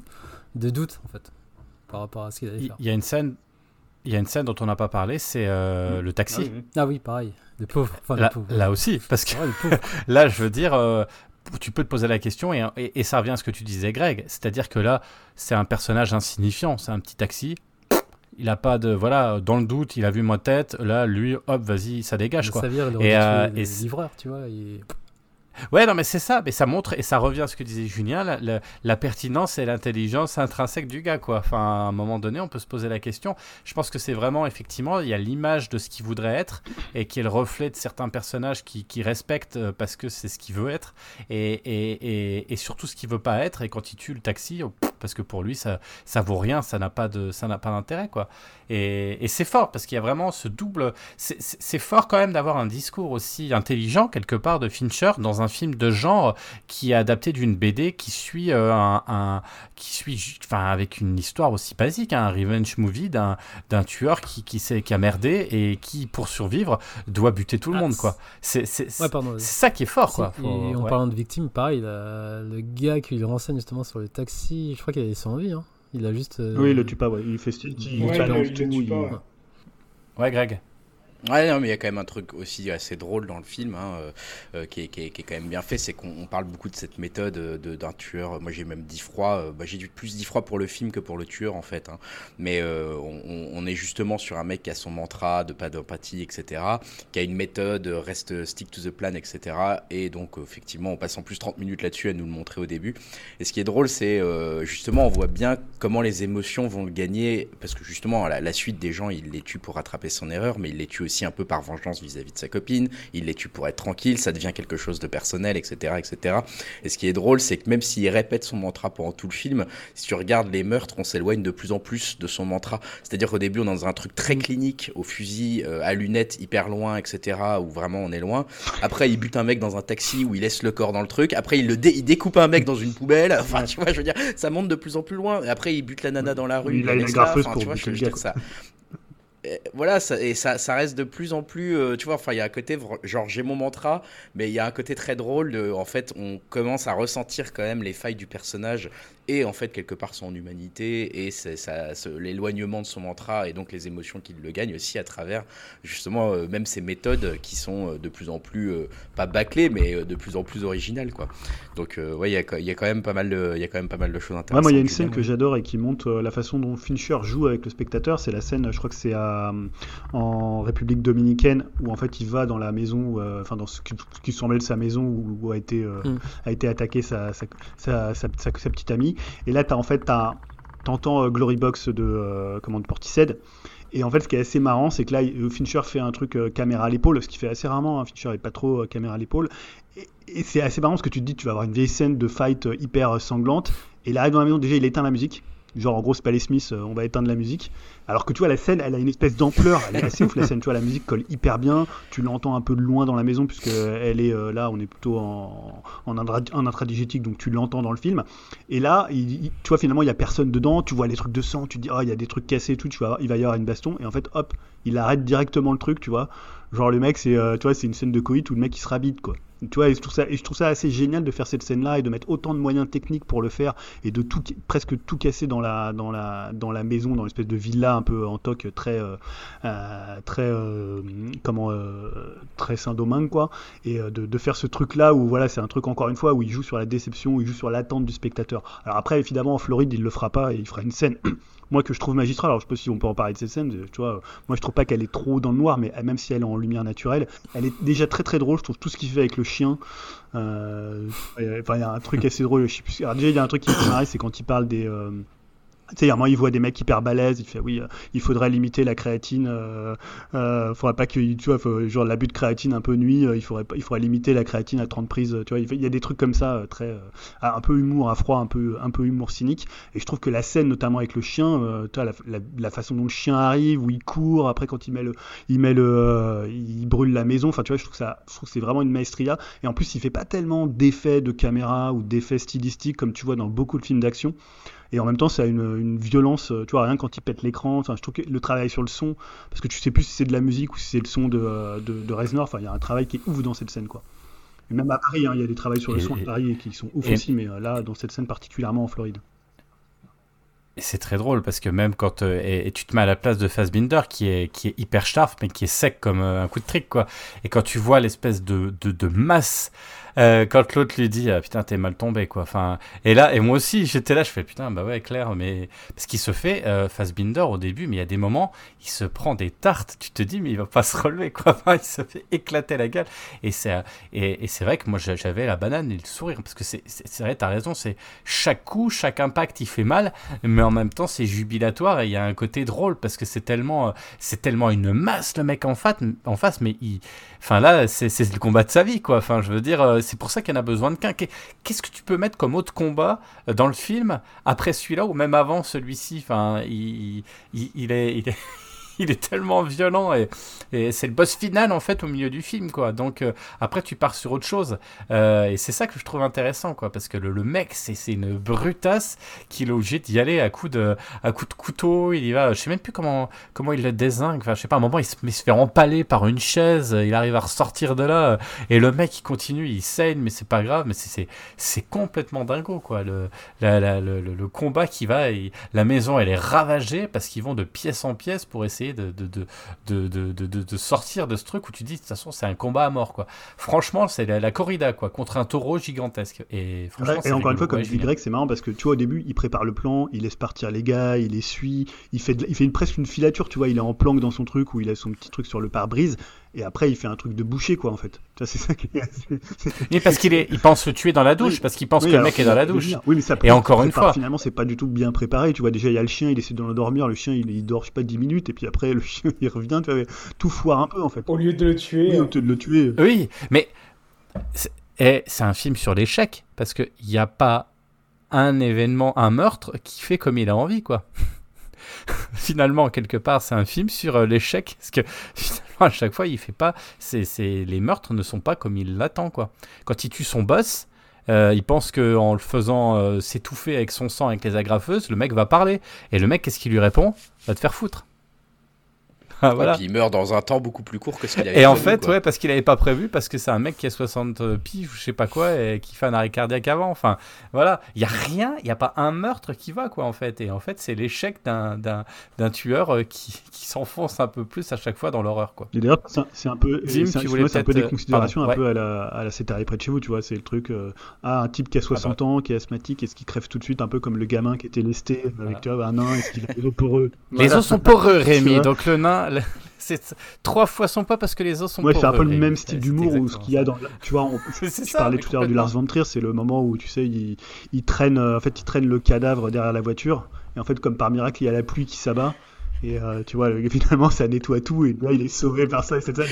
de doute, en fait, par rapport à ce qu'il allait Il faire. il y a une scène. Il y a une scène dont on n'a pas parlé, c'est euh, le taxi. Ah oui, oui. Ah oui, pareil. Les pauvres. Enfin, les Là, pauvres. là aussi, parce que Ouais, les pauvres. là, je veux dire, euh, tu peux te poser la question et, et, et ça revient à ce que tu disais, Greg. C'est-à-dire que là, c'est un personnage insignifiant, c'est un petit taxi. Il a pas de, voilà, dans le doute, il a vu ma tête. Là, lui, hop, vas-y, ça dégage, Le quoi. Savir, il Et, aurait dû euh, tuer et le c'est- livreur, tu vois. Et... Ouais, non, mais c'est ça, mais ça montre et ça revient à ce que disait Julien, la, la, la pertinence et l'intelligence intrinsèque du gars, quoi. Enfin, à un moment donné, on peut se poser la question. Je pense que c'est vraiment, effectivement, il y a l'image de ce qu'il voudrait être et qui est le reflet de certains personnages qui, qui respectent euh, parce que c'est ce qu'il veut être et, et, et, et surtout ce qu'il veut pas être. Et quand il tue le taxi, oh, pff, parce que pour lui, ça, ça vaut rien, ça n'a pas de, ça n'a pas d'intérêt, quoi. Et, et c'est fort parce qu'il y a vraiment ce double. C'est, c'est, c'est fort quand même d'avoir un discours aussi intelligent quelque part de Fincher dans un film de genre qui est adapté d'une B D qui suit euh, un, un qui suit enfin avec une histoire aussi basique, hein, un revenge movie d'un d'un tueur qui qui sait qui a merdé et qui pour survivre doit buter tout le Ah, monde, quoi. C'est c'est Ouais, c'est, pardon. c'est ça qui est fort, Si, quoi. Faut- et en ouais. parlant de victimes, pareil, la- le gars qui lui renseigne justement sur le taxi, je crois qu'il a laissé en vie. Hein. Il a juste. euh, Oui, il le tue pas, ouais. Il fait style, il Ouais, balance il le- il le tout, tue pas, il- ouais. Ouais, Greg. Ouais, non, mais il y a quand même un truc aussi assez drôle dans le film, hein, euh, euh, qui, est, qui, est, qui est quand même bien fait, c'est qu'on on parle beaucoup de cette méthode euh, de, d'un tueur. Moi, j'ai même dit froid, euh, bah, j'ai du plus dit froid pour le film que pour le tueur, en fait. Hein. Mais euh, on, on est justement sur un mec qui a son mantra de pas d'empathie, et cetera, qui a une méthode, euh, reste stick to the plan, et cetera. Et donc, euh, effectivement, on passe en plus trente minutes là-dessus à nous le montrer au début. Et ce qui est drôle, c'est euh, justement, on voit bien comment les émotions vont le gagner, parce que justement, la, la suite des gens, il les tue pour rattraper son erreur, mais il les tue aussi un peu par vengeance vis-à-vis de sa copine, il les tue pour être tranquille, ça devient quelque chose de personnel, et cetera, et cetera. Et ce qui est drôle, c'est que même s'il répète son mantra pendant tout le film, si tu regardes les meurtres, on s'éloigne de plus en plus de son mantra. C'est-à-dire qu'au début, on est dans un truc très clinique, au fusil, euh, à lunettes, hyper loin, et cetera, où vraiment on est loin. Après, il bute un mec dans un taxi où il laisse le corps dans le truc. Après, il, le dé- il découpe un mec dans une poubelle. Enfin, tu vois, je veux dire, ça monte de plus en plus loin. Et après, il bute la nana dans la rue. Il a une laisse là. graffeuse Enfin, pour tu vois, buter je, le je veux gars, dire, ça. Et voilà, ça, et ça, ça reste de plus en plus, euh, tu vois, enfin, il y a un côté, vr- genre, j'ai mon mantra, mais il y a un côté très drôle de, en fait, on commence à ressentir quand même les failles du personnage et, en fait, quelque part, son humanité et c'est, ça, ce- l'éloignement de son mantra et donc les émotions qu'il le gagne aussi à travers, justement, euh, même ces méthodes qui sont euh, de plus en plus, euh, pas bâclées, mais euh, de plus en plus originales, quoi. Donc, euh, ouais, il y a, il y a quand même pas mal de, il y a quand même pas mal de choses Ouais, intéressantes. moi, il y a une qui scène viennent, que ouais. j'adore et qui montre euh, la façon dont Fincher joue avec le spectateur. C'est la scène, je crois que c'est à, en République dominicaine, où en fait il va dans la maison, euh, enfin dans ce qui, ce qui semblait de sa maison où, où a été euh, Mm. a été attaquée sa sa, sa, sa, sa- sa petite amie. Et là, t'as en fait t'as, t'entends euh, Glory Box de euh, comment de Portishead. Et en fait, ce qui est assez marrant, c'est que là, il- Fincher fait un truc euh, caméra à l'épaule, ce qu'il fait assez rarement. Hein. Fincher n'est pas trop euh, caméra à l'épaule. Et, et c'est assez marrant parce que tu te dis, tu vas avoir une vieille scène de fight euh, hyper euh, sanglante. Et il arrive dans la maison, déjà, il éteint la musique. Genre, en gros, c'est pas les Smiths, euh, on va éteindre la musique. Alors que tu vois, la scène, elle a une espèce d'ampleur. Elle est assez ouf, la scène. Tu vois, la musique colle hyper bien. Tu l'entends un peu de loin dans la maison, puisque elle est euh, là, on est plutôt en, en, indra- en intradigétique, donc tu l'entends dans le film. Et là, il, il- tu vois, finalement, il y a personne dedans. Tu vois les trucs de sang. Tu te dis, oh, il y a des trucs cassés et tout. Tu vas, il va y avoir une baston. Et en fait, hop, il arrête directement le truc, tu vois. Genre le mec, c'est, euh, tu vois, c'est une scène de coït où le mec il se rabite, quoi. Tu vois, et je trouve ça, et je trouve ça assez génial de faire cette scène-là et de mettre autant de moyens techniques pour le faire et de tout, presque tout casser dans la, dans la, dans la maison, dans l'espèce de villa un peu en toc, très, euh, euh, très, euh, comment, euh, très Saint-Domingue, quoi. Et euh, de, de faire ce truc-là où, voilà, c'est un truc encore une fois où il joue sur la déception, où il joue sur l'attente du spectateur. Alors après, évidemment, en Floride, il le fera pas et il fera une scène. Moi que je trouve magistrale, alors je sais pas si on peut en parler de cette scène, tu vois, moi je trouve pas qu'elle est trop dans le noir, mais même si elle est en lumière naturelle, elle est déjà très très drôle, je trouve tout ce qu'il fait avec le chien, euh, enfin il y a un truc assez drôle, je sais plus, alors déjà il y a un truc qui me fait marrer, c'est quand il parle des... Euh, tu sais, à un moment, il voit des mecs hyper balèzes, il fait oui, euh, il faudrait limiter la créatine, euh, euh, faudrait pas que, tu vois, faut, genre l'abus de créatine un peu nuit, euh, il faudrait pas, il faudrait limiter la créatine à trente prises, tu vois, il, fait, il y a des trucs comme ça, euh, très, euh, un peu humour à froid, un peu, un peu humour cynique, et je trouve que la scène, notamment avec le chien, euh, tu vois, la, la, la façon dont le chien arrive, où il court, après quand il met le, il met le, euh, il brûle la maison, enfin tu vois, je trouve que ça, je trouve que c'est vraiment une maestria, et en plus il fait pas tellement d'effets de caméra ou d'effets stylistiques comme tu vois dans beaucoup de films d'action. Et en même temps, ça a une, une violence, tu vois, rien quand il pète l'écran. Enfin, je trouve que le travail sur le son, parce que tu sais plus si c'est de la musique ou si c'est le son de, de, de Reznor, enfin, il y a un travail qui est ouf dans cette scène, quoi. Et même à Paris, hein, il y a des travails sur le Et- son à et- Paris qui sont ouf et- aussi, mais euh, là, dans cette scène particulièrement en Floride. Et c'est très drôle parce que même quand euh, et, et tu te mets à la place de Fassbinder qui est qui est hyper sharp mais qui est sec comme euh, un coup de trick, quoi. Et quand tu vois l'espèce de de, de masse euh, quand l'autre lui dit ah, putain t'es mal tombé, quoi. Enfin, et là et moi aussi j'étais là, je fais putain bah ouais clair, mais parce qu'il se fait euh, Fassbinder au début, mais il y a des moments il se prend des tartes, tu te dis mais il va pas se relever, quoi. Enfin, il se fait éclater la gueule et c'est et, et c'est vrai que moi j'a- j'avais la banane et le sourire parce que c'est c'est, c'est vrai, t'as raison, c'est chaque coup, chaque impact il fait mal, mais en même temps c'est jubilatoire et il y a un côté drôle parce que c'est tellement euh, c'est tellement une masse le mec en face, en face mais il enfin là c'est c'est le combat de sa vie, quoi. Enfin je veux dire euh, c'est pour ça qu'il y en a besoin de qu'un. Qu'est- qu'est-ce que tu peux mettre comme autre combat euh, dans le film après celui-là ou même avant celui-ci, enfin il, il, il est il est il est tellement violent et, et c'est le boss final en fait au milieu du film, quoi. Donc euh, après tu pars sur autre chose. Euh, et c'est ça que je trouve intéressant, quoi, parce que le, le mec c'est c'est une brutasse qu'il est obligé d'y aller à coup de à coup de couteau. Il y va, je sais même plus comment comment il le dézingue. Enfin je sais pas, à un moment il se, il se fait empaler par une chaise, il arrive à ressortir de là euh, et le mec il continue, il saigne mais c'est pas grave, mais c'est c'est c'est complètement dingo, quoi. Le la, la- le, le, le combat qui va, il- la maison elle est ravagée parce qu'ils vont de pièce en pièce pour essayer de, de, de, de, de, de, de- de sortir de ce truc où tu dis de toute façon c'est un combat à mort, quoi. Franchement c'est la, la corrida, quoi, contre un taureau gigantesque et franchement Ouais, c'est et encore une rigolo. fois, comme Ouais, dit Julien. Greg, c'est marrant parce que tu vois, au début, il prépare le plan, il laisse partir les gars, il les suit, il fait, de- il fait une, presque une filature, tu vois, il est en planque dans son truc où il a son petit truc sur le pare-brise, et après, il fait un truc de boucher, quoi, en fait. Tu vois, c'est ça qui est assez- c'est- Oui, parce qu'il est il pense le tuer dans la douche, Oui. parce qu'il pense Oui, que le alors, mec est dans la je veux douche. dire, oui, mais ça Et pré- encore une prépare, fois. finalement, c'est pas du tout bien préparé. Tu vois, déjà, il y a le chien, il essaie de l'endormir, le chien, il, il dort, je sais pas, dix minutes, et puis après, le chien, il revient, tu vois, tout foire un peu, en fait. Au lieu de le tuer. Oui, euh, au lieu de le tuer. Oui, mais c'est, et c'est un film sur l'échec parce qu'il n'y a pas un événement, un meurtre qui fait comme il a envie, quoi. Finalement, quelque part, c'est un film sur euh, l'échec parce que finalement, à chaque fois, il fait pas. C'est, c'est, les meurtres ne sont pas comme il l'attend, quoi. Quand il tue son boss, euh, il pense qu'en le faisant euh, s'étouffer avec son sang, avec les agrafeuses, le mec va parler. Et le mec, qu'est-ce qu'il lui répond ? Va te faire foutre. Ah, voilà. Et puis il meurt dans un temps beaucoup plus court que ce qu'il avait Et en prévu, fait, quoi. ouais, parce qu'il avait pas prévu, parce que c'est un mec qui a soixante piges, ou je sais pas quoi, et qui fait un arrêt cardiaque avant. Enfin, voilà, il y a rien, il y a pas un meurtre qui va, quoi, en fait. Et en fait, c'est l'échec d'un d'un d'un tueur euh, qui qui s'enfonce un peu plus à chaque fois dans l'horreur, quoi. Et d'ailleurs, c'est un- c'est un peu, Jim, c'est un- tu moi, voulais c'est un peu peut-être, des euh, considérations pardon, un peu à la, à la C'est arrivé près de chez vous, tu vois, c'est le truc, euh, ah, un type qui a soixante ans, qui est asthmatique, est-ce qu'il crève tout de suite, un peu comme le gamin qui était lesté avec Voilà. tu vois, un nain, est-ce qu'il a les os poreux? Les Voilà. os sont poreux, Tu Rémi. vois. Donc le nain, le- c'est trois fois son poids parce que les os sont Ouais, poreux. c'est un peu le Rémi. même style C'est d'humour où ce exactement qu'il y a ça. dans, la- tu vois, on, C'est c'est tu ça, parlais mais tout à l'heure du Lars von Trier, c'est le moment où tu sais, il, il traîne, euh, en fait, il traîne le cadavre derrière la voiture, et en fait, comme par miracle, il y a la pluie qui s'abat. Et euh, tu vois, le- finalement, ça nettoie tout, et là, il est sauvé par ça, et c'est ça.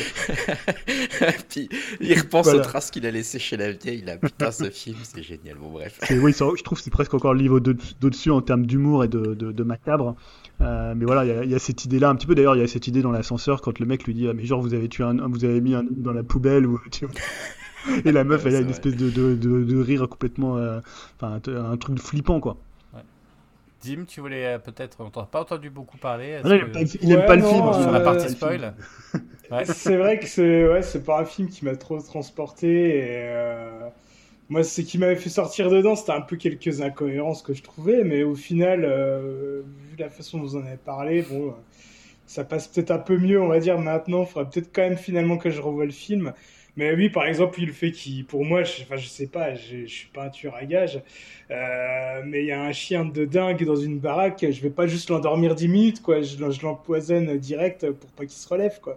Puis il repense Voilà. aux traces qu'il a laissées chez la vieille. Là, putain, ce film, c'est génial. Bon, bref. Et oui, ça, je trouve que c'est presque encore le niveau de- d'au-dessus en termes d'humour et de, de, de macabre. Euh, mais voilà, il y a- il y, a cette idée-là, un petit peu d'ailleurs, il y a cette idée dans l'ascenseur quand le mec lui dit ah, mais genre vous avez tué un, vous avez mis un homme dans la poubelle ou tu vois. Et la meuf, Ouais, elle a c'est une vrai. espèce de, de, de, de rire complètement, euh, enfin un, un truc flippant quoi. Dim, tu voulais euh, peut-être, on t'a pas entendu beaucoup parler. Est-ce Ouais, que- il aime pas, il aime Ouais, pas le non, film. sur la euh, partie le spoil. Ouais. C'est vrai que c'est ouais, c'est pas un film qui m'a trop transporté. Et, euh, moi, ce qui m'avait fait sortir dedans, c'était un peu quelques incohérences que je trouvais, mais au final, euh, vu la façon dont vous en avez parlé, bon, euh, ça passe peut-être un peu mieux, on va dire maintenant. Il faudrait peut-être quand même finalement que je revoie le film. Mais oui, par exemple, il le fait qui, pour moi, je, enfin, je sais pas, je, je suis pas un tueur à gages, euh, mais il y a un chien de dingue dans une baraque, je vais pas juste l'endormir dix minutes, quoi. Je, je l'empoisonne direct pour pas qu'il se relève, quoi.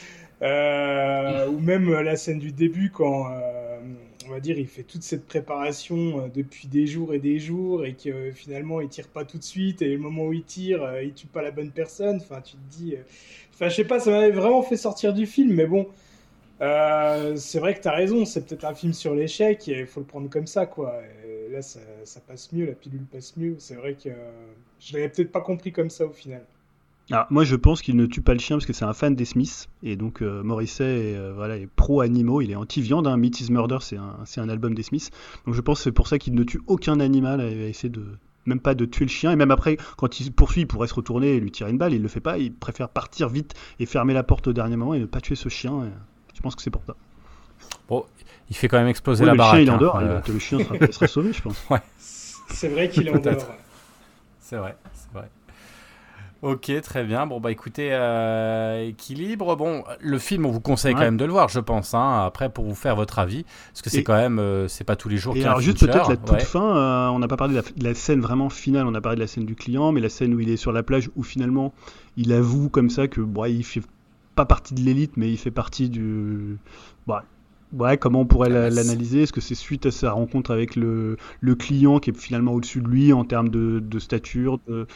Euh, ou même euh, la scène du début quand euh, on va dire il fait toute cette préparation euh, depuis des jours et des jours et que euh, finalement il tire pas tout de suite et le moment où il tire euh, il tue pas la bonne personne, enfin tu te dis euh, enfin je sais pas, ça m'avait vraiment fait sortir du film, mais bon euh, c'est vrai que t'as raison, c'est peut-être un film sur l'échec et il faut le prendre comme ça, quoi. Et là ça, ça passe mieux, la pilule passe mieux, c'est vrai que euh, je l'avais peut-être pas compris comme ça au final. Alors, moi, je pense qu'il ne tue pas le chien parce que c'est un fan des Smiths. Et donc, euh, Morrissey est, euh, voilà, est pro-animaux. Il est anti-viande. Hein. Meat is Murder, c'est un, c'est un album des Smiths. Donc, je pense que c'est pour ça qu'il ne tue aucun animal. Il va essayer de. Même pas de tuer le chien. Et même après, quand il se poursuit, il pourrait se retourner et lui tirer une balle. Il le fait pas. Il préfère partir vite et fermer la porte au dernier moment et ne pas tuer ce chien. Et je pense que c'est pour ça. Bon, il fait quand même exploser Ouais, la le baraque. chien, il hein. endort. Euh, Le chien sera, sera sauvé, je pense. C'est vrai qu'il est en Peut-être. dehors. C'est vrai, c'est vrai. Ok, très bien. Bon, bah écoutez, euh, équilibre. Bon, le film, on vous conseille Ouais. quand même de le voir, je pense. Hein, après, pour vous faire votre avis, parce que c'est Et- quand même, euh, c'est pas tous les jours Et qu'il y a alors un juste Fincher, peut-être la toute ouais. fin, euh, on n'a pas parlé de la, de la scène vraiment finale, on a parlé de la scène du client, mais la scène où il est sur la plage, où finalement il avoue comme ça que bon, il fait pas partie de l'élite, mais il fait partie du... Bah, ouais, comment on pourrait La la- masse. l'analyser? Est-ce que c'est suite à sa rencontre avec le, le client qui est finalement au-dessus de lui en termes de, de stature de...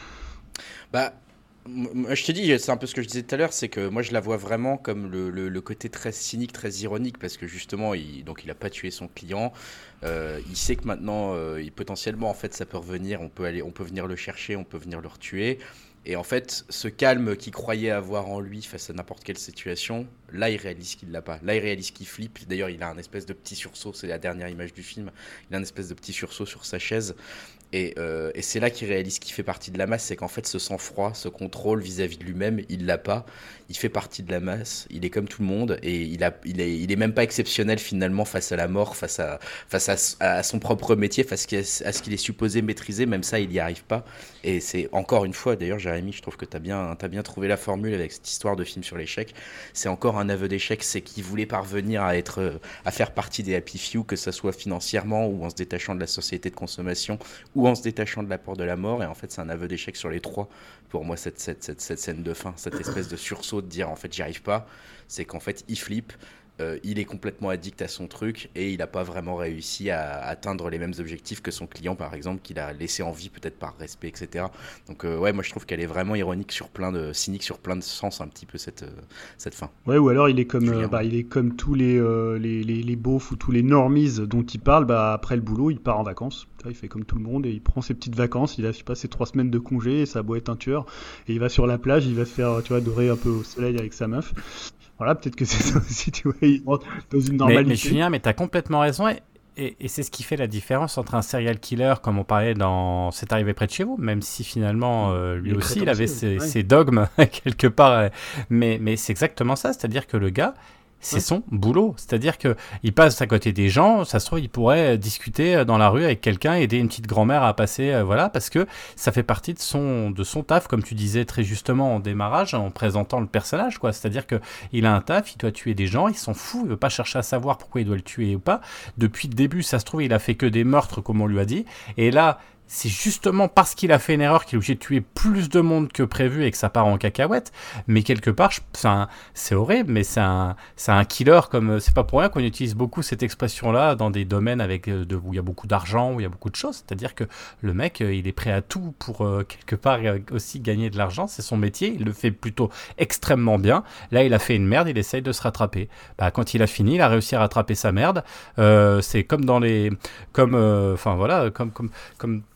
Bah, m- moi, je te dis, c'est un peu ce que je disais tout à l'heure, c'est que moi je la vois vraiment comme le, le- le côté très cynique, très ironique, parce que justement, il, donc il a pas tué son client. Euh, il sait que maintenant, euh, il, potentiellement, en fait, ça peut revenir. On peut aller, on peut venir le chercher, on peut venir le retuer. Et en fait, ce calme qu'il croyait avoir en lui face à n'importe quelle situation, là, il réalise qu'il l'a pas. Là, il réalise qu'il flippe. D'ailleurs, il a un espèce de petit sursaut. C'est la dernière image du film. Il a un espèce de petit sursaut sur sa chaise. Et, euh, et c'est là qu'il réalise qu'il fait partie de la masse, c'est qu'en fait ce sang-froid, ce contrôle vis-à-vis de lui-même, il l'a pas. Il fait partie de la masse, il est comme tout le monde et il, a, il, est, il est même pas exceptionnel finalement face à la mort, face à, face à, à son propre métier, face à ce qu'il est supposé maîtriser, même ça il y arrive pas. Et c'est encore une fois, d'ailleurs Jérémy, je trouve que t'as bien, t'as bien trouvé la formule avec cette histoire de film sur l'échec. C'est encore un aveu d'échec, c'est qu'il voulait parvenir à, être, à faire partie des happy few, que ce soit financièrement ou en se détachant de la société de consommation ou en se détachant de l'apport de la mort. Et en fait c'est un aveu d'échec sur les trois pour moi, cette, cette, cette, cette scène de fin, cette espèce de sursaut de dire en fait j'y arrive pas, c'est qu'en fait il flippe, euh, il est complètement addict à son truc et il n'a pas vraiment réussi à atteindre les mêmes objectifs que son client par exemple, qu'il a laissé en vie peut-être par respect, etc. Donc euh, ouais, moi je trouve qu'elle est vraiment ironique sur plein de, cynique sur plein de sens un petit peu cette, euh, cette fin. Ouais, ou alors il est comme, Julien. euh, bah, il est comme tous les, euh, les, les, les beaufs ou tous les normies dont il parle, bah, après le boulot il part en vacances. Tu vois, il fait comme tout le monde et il prend ses petites vacances, il a je sais pas, ses trois semaines de congé et ça a beau être un tueur, et il va sur la plage, il va se faire, tu vois, dorer un peu au soleil avec sa meuf. Voilà, peut-être que c'est ça aussi, tu vois, il rentre dans une Mais, normalité. mais Julien, mais t'as complètement raison. Et, et, et c'est ce qui fait la différence entre un serial killer, comme on parlait dans C'est arrivé près de chez vous, même si finalement, euh, lui Il est aussi, il crétin avait aussi, ses, ouais. ses dogmes quelque part. euh, Mais, mais c'est exactement ça. C'est-à-dire que le gars, c'est Ouais. son boulot. C'est-à-dire qu'il passe à côté des gens. Ça se trouve, il pourrait discuter dans la rue avec quelqu'un, aider une petite grand-mère à passer. euh, voilà, parce que ça fait partie de son, de son taf, comme tu disais très justement en démarrage, en présentant le personnage, quoi. C'est-à-dire qu'il a un taf, il doit tuer des gens, il s'en fout, il veut pas chercher à savoir pourquoi il doit le tuer ou pas. Depuis le début, ça se trouve, il a fait que des meurtres, comme on lui a dit. Et là, c'est justement parce qu'il a fait une erreur qu'il est obligé de tuer plus de monde que prévu et que ça part en cacahuète. Mais quelque part, je- c'est, un- c'est horrible, mais c'est un, c'est un killer. Comme c'est pas pour rien qu'on utilise beaucoup cette expression-là dans des domaines avec euh, de, où il y a beaucoup d'argent, où il y a beaucoup de choses. C'est-à-dire que le mec, euh, il est prêt à tout pour euh, quelque part euh, aussi gagner de l'argent. C'est son métier. Il le fait plutôt extrêmement bien. Là, il a fait une merde. Il essaye de se rattraper. Bah, quand il a fini, il a réussi à rattraper sa merde. Euh, c'est comme dans les, comme, enfin voilà, comme comme comme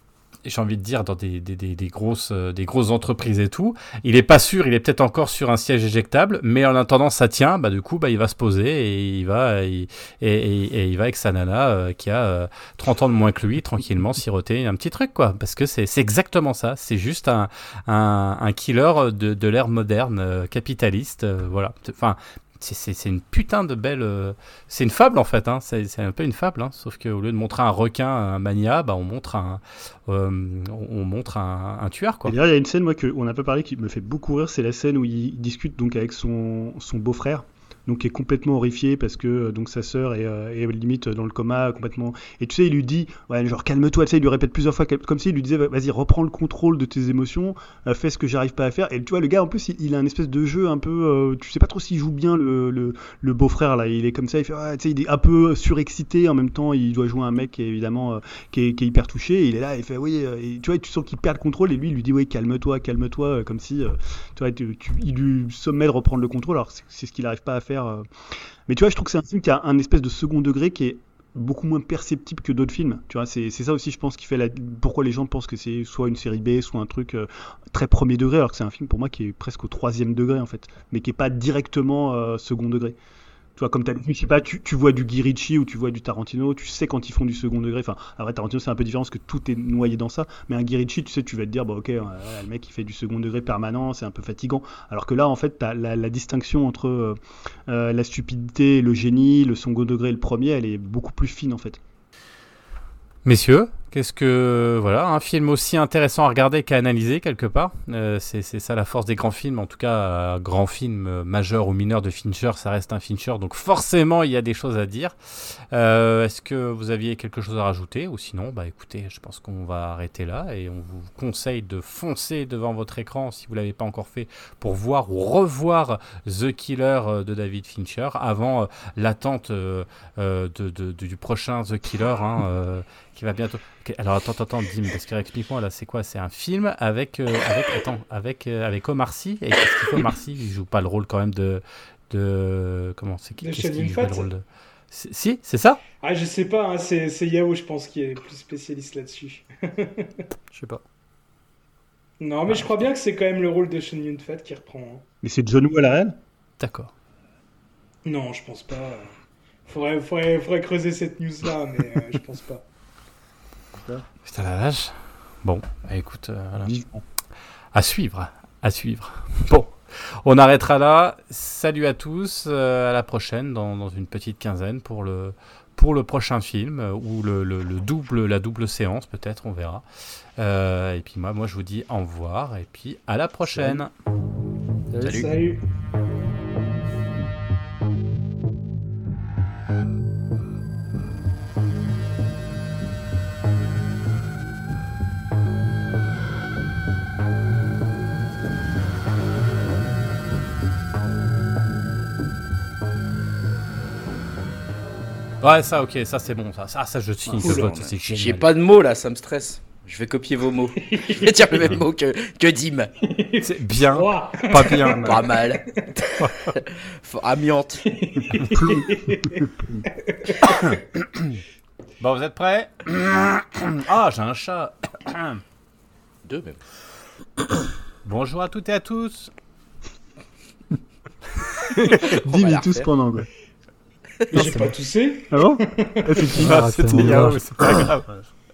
j'ai envie de dire, dans des, des, des, des, grosses, euh, des grosses entreprises et tout, il est pas sûr, il est peut-être encore sur un siège éjectable, mais en attendant ça tient, bah du coup bah il va se poser et il va il, et, et, et il va avec sa nana euh, qui a euh, trente ans de moins que lui, tranquillement siroter un petit truc quoi, parce que c'est, c'est exactement ça, c'est juste un, un, un killer de, de l'ère moderne euh, capitaliste, euh, voilà, enfin. C'est, c'est, c'est une putain de belle... Euh... C'est une fable, en fait. Hein. C'est, c'est un peu une fable. Hein. Sauf qu'au lieu de montrer un requin, un mania, bah, on montre un, euh, on montre un, un tueur. Quoi. Et d'ailleurs, il y a une scène moi, que, on n'a pas parlé qui me fait beaucoup rire. C'est la scène où il discute donc, avec son, son beau-frère. Donc qui est complètement horrifié parce que donc sa sœur est, euh, est limite dans le coma complètement, et tu sais il lui dit ouais genre calme-toi, tu sais il lui répète plusieurs fois comme s'il lui disait vas-y reprends le contrôle de tes émotions, euh, fais ce que j'arrive pas à faire, et tu vois le gars en plus il, il a un espèce de jeu un peu euh, tu sais pas trop s'il joue bien le, le, le beau-frère là, il est comme ça, il fait ouais, tu sais il est un peu surexcité, en même temps il doit jouer un mec qui est évidemment euh, qui, est, qui est hyper touché, et il est là il fait oui euh, et, tu vois tu sens qu'il perd le contrôle, et lui il lui dit ouais calme-toi calme-toi euh, comme si euh, tu vois tu, tu, il lui sommet de reprendre le contrôle, alors c'est, c'est ce qu'il arrive pas à faire euh, mais tu vois, je trouve que c'est un film qui a un espèce de second degré qui est beaucoup moins perceptible que d'autres films. Tu vois, c'est, c'est ça aussi, je pense, qui fait la... pourquoi les gens pensent que c'est soit une série B, soit un truc euh, très premier degré, alors que c'est un film pour moi qui est presque au troisième degré en fait, mais qui est pas directement euh, second degré. Tu vois, comme t'as, je sais pas, tu, tu vois du Guy Ritchie ou tu vois du Tarantino, tu sais quand ils font du second degré. Enfin, après Tarantino c'est un peu différent parce que tout est noyé dans ça. Mais un Guy Ritchie, tu sais, tu vas te dire, bah ok, euh, le mec il fait du second degré permanent, c'est un peu fatigant. Alors que là, en fait, t'as la, la distinction entre euh, euh, la stupidité, le génie, le second degré et le premier, elle est beaucoup plus fine en fait. Messieurs, qu'est-ce que... Voilà, un film aussi intéressant à regarder qu'à analyser quelque part. Euh, c'est, c'est ça la force des grands films. En tout cas, un grand film euh, majeur ou mineur de Fincher, ça reste un Fincher. Donc forcément, il y a des choses à dire. Euh, est-ce que vous aviez quelque chose à rajouter ? Ou sinon, bah écoutez, je pense qu'on va arrêter là. Et on vous conseille de foncer devant votre écran, si vous ne l'avez pas encore fait, pour voir ou revoir The Killer de David Fincher avant euh, l'attente euh, euh, de, de, de, du prochain The Killer, hein, euh, qui va bientôt... Okay, alors attends, attends, Dim, parce que explique-moi, là, c'est quoi ? C'est un film avec, euh, avec, attends, avec, euh, avec Omar Sy. Et qu'est-ce qu'il fait, Omar Sy ? Il joue pas le rôle quand même de... de comment c'est qui, qu'est-ce qu'il joue le rôle de... C'est, si, c'est ça ? Ah, je sais pas, hein, c'est, c'est Yao, je pense, qui est plus spécialiste là-dessus. Je sais pas. Non, mais ah, je crois bien que c'est quand même le rôle de Chow Yun-fat qui reprend. Hein. Mais c'est John Woo à la réelle ? D'accord. Non, je pense pas. Faudrait, faudrait, faudrait creuser cette news-là, mais euh, je pense pas. Putain la vache. Bon, bah, écoute, euh, voilà. À suivre, à suivre. Bon, on arrêtera là. Salut à tous, euh, à la prochaine dans, dans une petite quinzaine pour le pour le prochain film euh, ou le, le, le double la double séance peut-être, on verra. Euh, et puis moi, moi je vous dis au revoir et puis à la prochaine. Salut. Salut. Salut. Ouais, ça, ok, ça c'est bon, ça, ça, ça je signe, ah, que vote, c'est génial. J'ai pas de mots là, ça me stresse. Je vais copier vos mots. Je vais dire le même mot que, que Dim. C'est bien, pas bien. Pas mal. Amiante. Bon, vous êtes prêts ? Ah, j'ai un chat. Deux même. Bonjour à toutes et à tous. Dim et tous pendant quoi. J'ai pas toussé. Ah bon? Ah, c'était Yao, c'est pas grave.